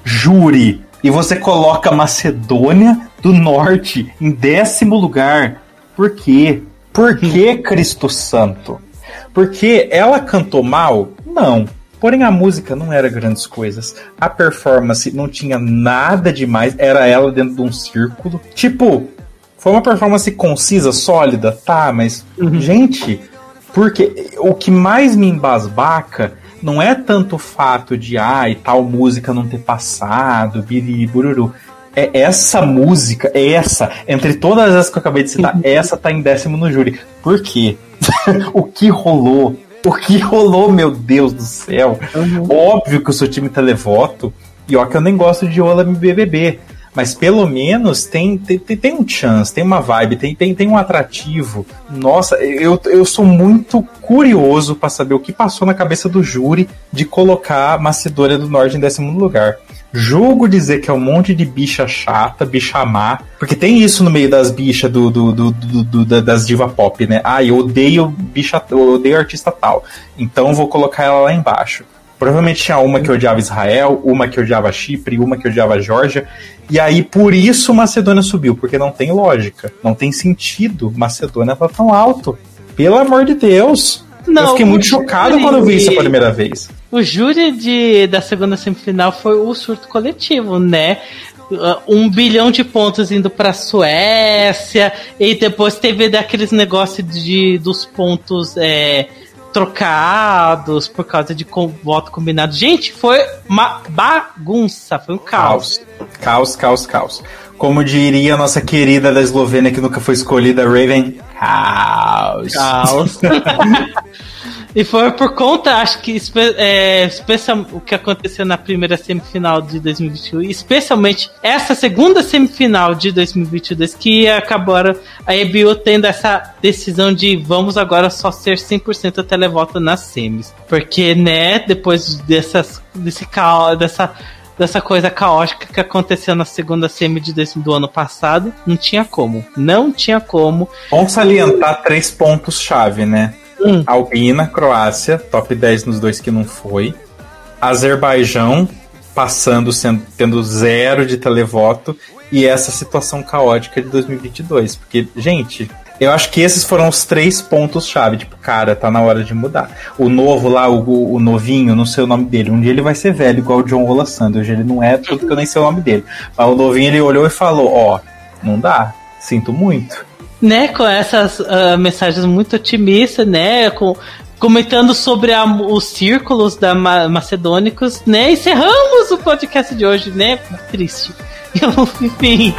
júri, e você coloca Macedônia do Norte em décimo lugar? Por quê? Por que, Cristo Santo? Porque ela cantou mal? Não. Porém, a música não era grandes coisas. A performance não tinha nada demais. Era ela dentro de um círculo. Tipo, foi uma performance concisa, sólida? Tá, mas... Uhum. Gente, porque o que mais me embasbaca... não é tanto o fato de, ah, e tal música não ter passado, biriri, bururu. É essa música, é essa, entre todas as que eu acabei de citar, essa tá em décimo no júri. Por quê? O que rolou? O que rolou, meu Deus do céu? Uhum. Óbvio que eu sou time televoto, e ó que eu nem gosto de Ola B B B. Mas pelo menos tem, tem, tem um chance, tem uma vibe, tem, tem, tem um atrativo. Nossa, eu, eu sou muito curioso para saber o que passou na cabeça do júri de colocar Macedônia do Norte em décimo lugar. Julgo dizer que é um monte de bicha chata, bicha má, porque tem isso no meio das bichas do, do, do, do, do, das diva pop, né? Ah, eu odeio bicha, eu odeio artista tal, então vou colocar ela lá embaixo. Provavelmente tinha uma que odiava Israel, uma que odiava Chipre, uma que odiava Geórgia. E aí, por isso, Macedônia subiu. Porque não tem lógica. Não tem sentido Macedônia tá tão alto. Pelo amor de Deus. Não, eu fiquei muito chocado júri, quando eu vi isso a primeira vez. O júri de, da segunda semifinal foi o surto coletivo, né? Um bilhão de pontos indo pra Suécia. E depois teve daqueles negócios de, dos pontos... É, trocados por causa de com, voto combinado. Gente, foi uma bagunça, foi um caos. Caos, caos, caos. Como diria a nossa querida da Eslovênia que nunca foi escolhida, Raven, caos. Caos. E foi por conta, acho que é, especial, o que aconteceu na primeira semifinal de dois mil e vinte e um, especialmente essa segunda semifinal de dois mil e vinte e dois, que acabaram a E B U tendo essa decisão de vamos agora só ser cem por cento televoto nas semis. Porque, né, depois dessas, desse caos, dessa, dessa coisa caótica que aconteceu na segunda semi de dois, do ano passado, não tinha como. Não tinha como. Vamos salientar três pontos-chave, né? Hum. Albina, Croácia, top dez nos dois que não foi. Azerbaijão, passando, sendo, tendo zero de televoto. E essa situação caótica de dois mil e vinte e dois. Porque, gente, eu acho que esses foram os três pontos-chave. Tipo, cara, tá na hora de mudar. O novo lá, o, o novinho, não sei o nome dele. Um dia ele vai ser velho, igual o John Rolassando. Hoje ele não é, tudo que eu nem sei o nome dele. Mas o novinho, ele olhou e falou, ó, não dá, sinto muito. Né, com essas uh, mensagens muito otimistas, né, com, comentando sobre a, os círculos da Ma- macedônicos, né? Encerramos o podcast de hoje, né? Triste. Enfim.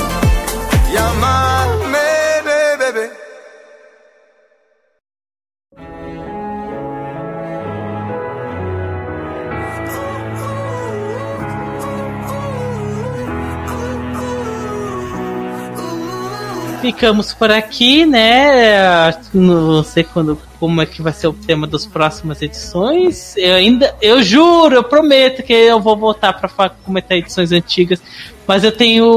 Ficamos por aqui, né? Não sei quando, como é que vai ser o tema das próximas edições. Eu ainda, eu juro, eu prometo que eu vou voltar para comentar edições antigas, mas eu tenho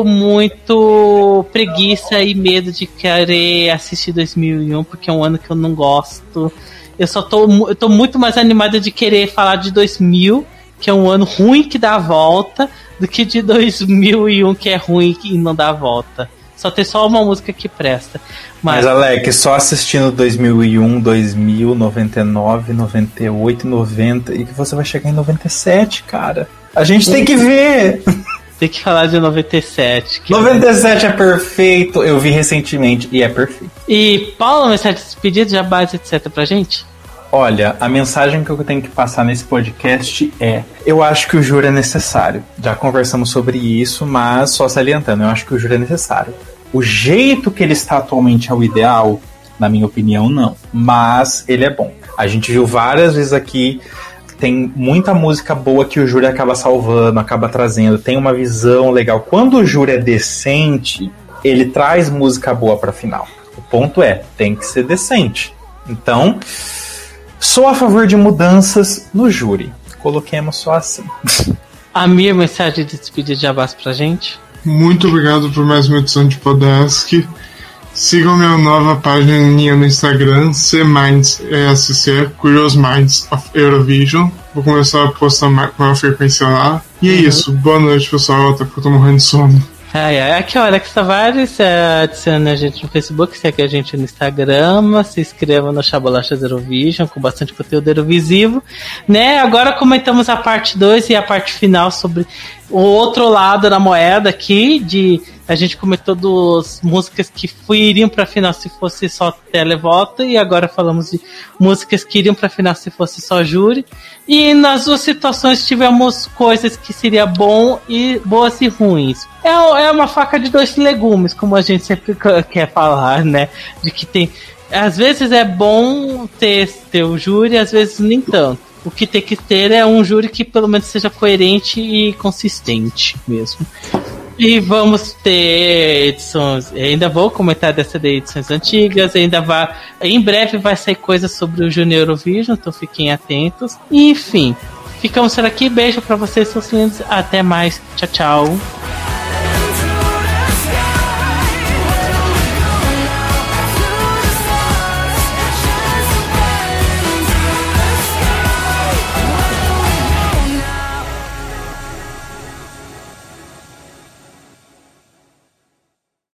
muito preguiça e medo de querer assistir dois mil e um, porque é um ano que eu não gosto. Eu só tô, eu tô muito mais animada de querer falar de dois mil, que é um ano ruim que dá a volta, do que de dois mil e um, que é ruim e não dá a volta. Só tem só uma música que presta. Mas, Mas Alex, só assistindo dois mil e um, dois mil, noventa e nove, noventa e oito, noventa e que você vai chegar em noventa e sete, cara. A gente tem que ver. Tem que falar de noventa e sete. Que noventa e sete é perfeito. Eu vi recentemente e é perfeito. E Paulo, mensagem de despedida, jabás, etcétera pra gente? Olha, a mensagem que eu tenho que passar nesse podcast é: eu acho que o júri é necessário. Já conversamos sobre isso, mas só salientando, eu acho que o júri é necessário. O jeito que ele está atualmente é o ideal? Na minha opinião, não. Mas ele é bom. A gente viu várias vezes aqui, tem muita música boa que o júri acaba salvando, acaba trazendo, tem uma visão legal. Quando o júri é decente, ele traz música boa pra final. O ponto é, tem que ser decente. Então, sou a favor de mudanças no júri. Coloquemos só assim. A minha mensagem de despedida de jabás pra gente. Muito obrigado por mais uma edição de Podesk. Sigam minha nova página no Instagram, C-Minds, E S C, Curious Minds of Eurovision. Vou começar a postar mais, com maior frequência lá. E é uhum. isso. Boa noite, pessoal. Até porque eu tô morrendo de sono. Ai, ai, aqui é o Alex Tavares, é, adicione a gente no Facebook, segue a gente no Instagram, se inscreva no Chabolachas Eurovision, com bastante conteúdo eurovisivo, né? Agora comentamos a parte dois e a parte final sobre o outro lado da moeda aqui, de a gente comentou das músicas que iriam pra final se fosse só televoto, e agora falamos de músicas que iriam pra final se fosse só júri. E nas duas situações tivemos coisas que seria bom e boas e ruins. É, é uma faca de dois legumes, como a gente sempre quer falar, né? De que tem. Às vezes é bom ter, ter o júri, às vezes nem tanto. O que tem que ter é um júri que pelo menos seja coerente e consistente mesmo. E vamos ter edições. Ainda vou comentar dessa de edições antigas. Ainda vai. Em breve vai sair coisa sobre o Junior Eurovision, então fiquem atentos. E, enfim, ficamos por aqui. Beijo pra vocês, seus lindos. Até mais. Tchau, tchau.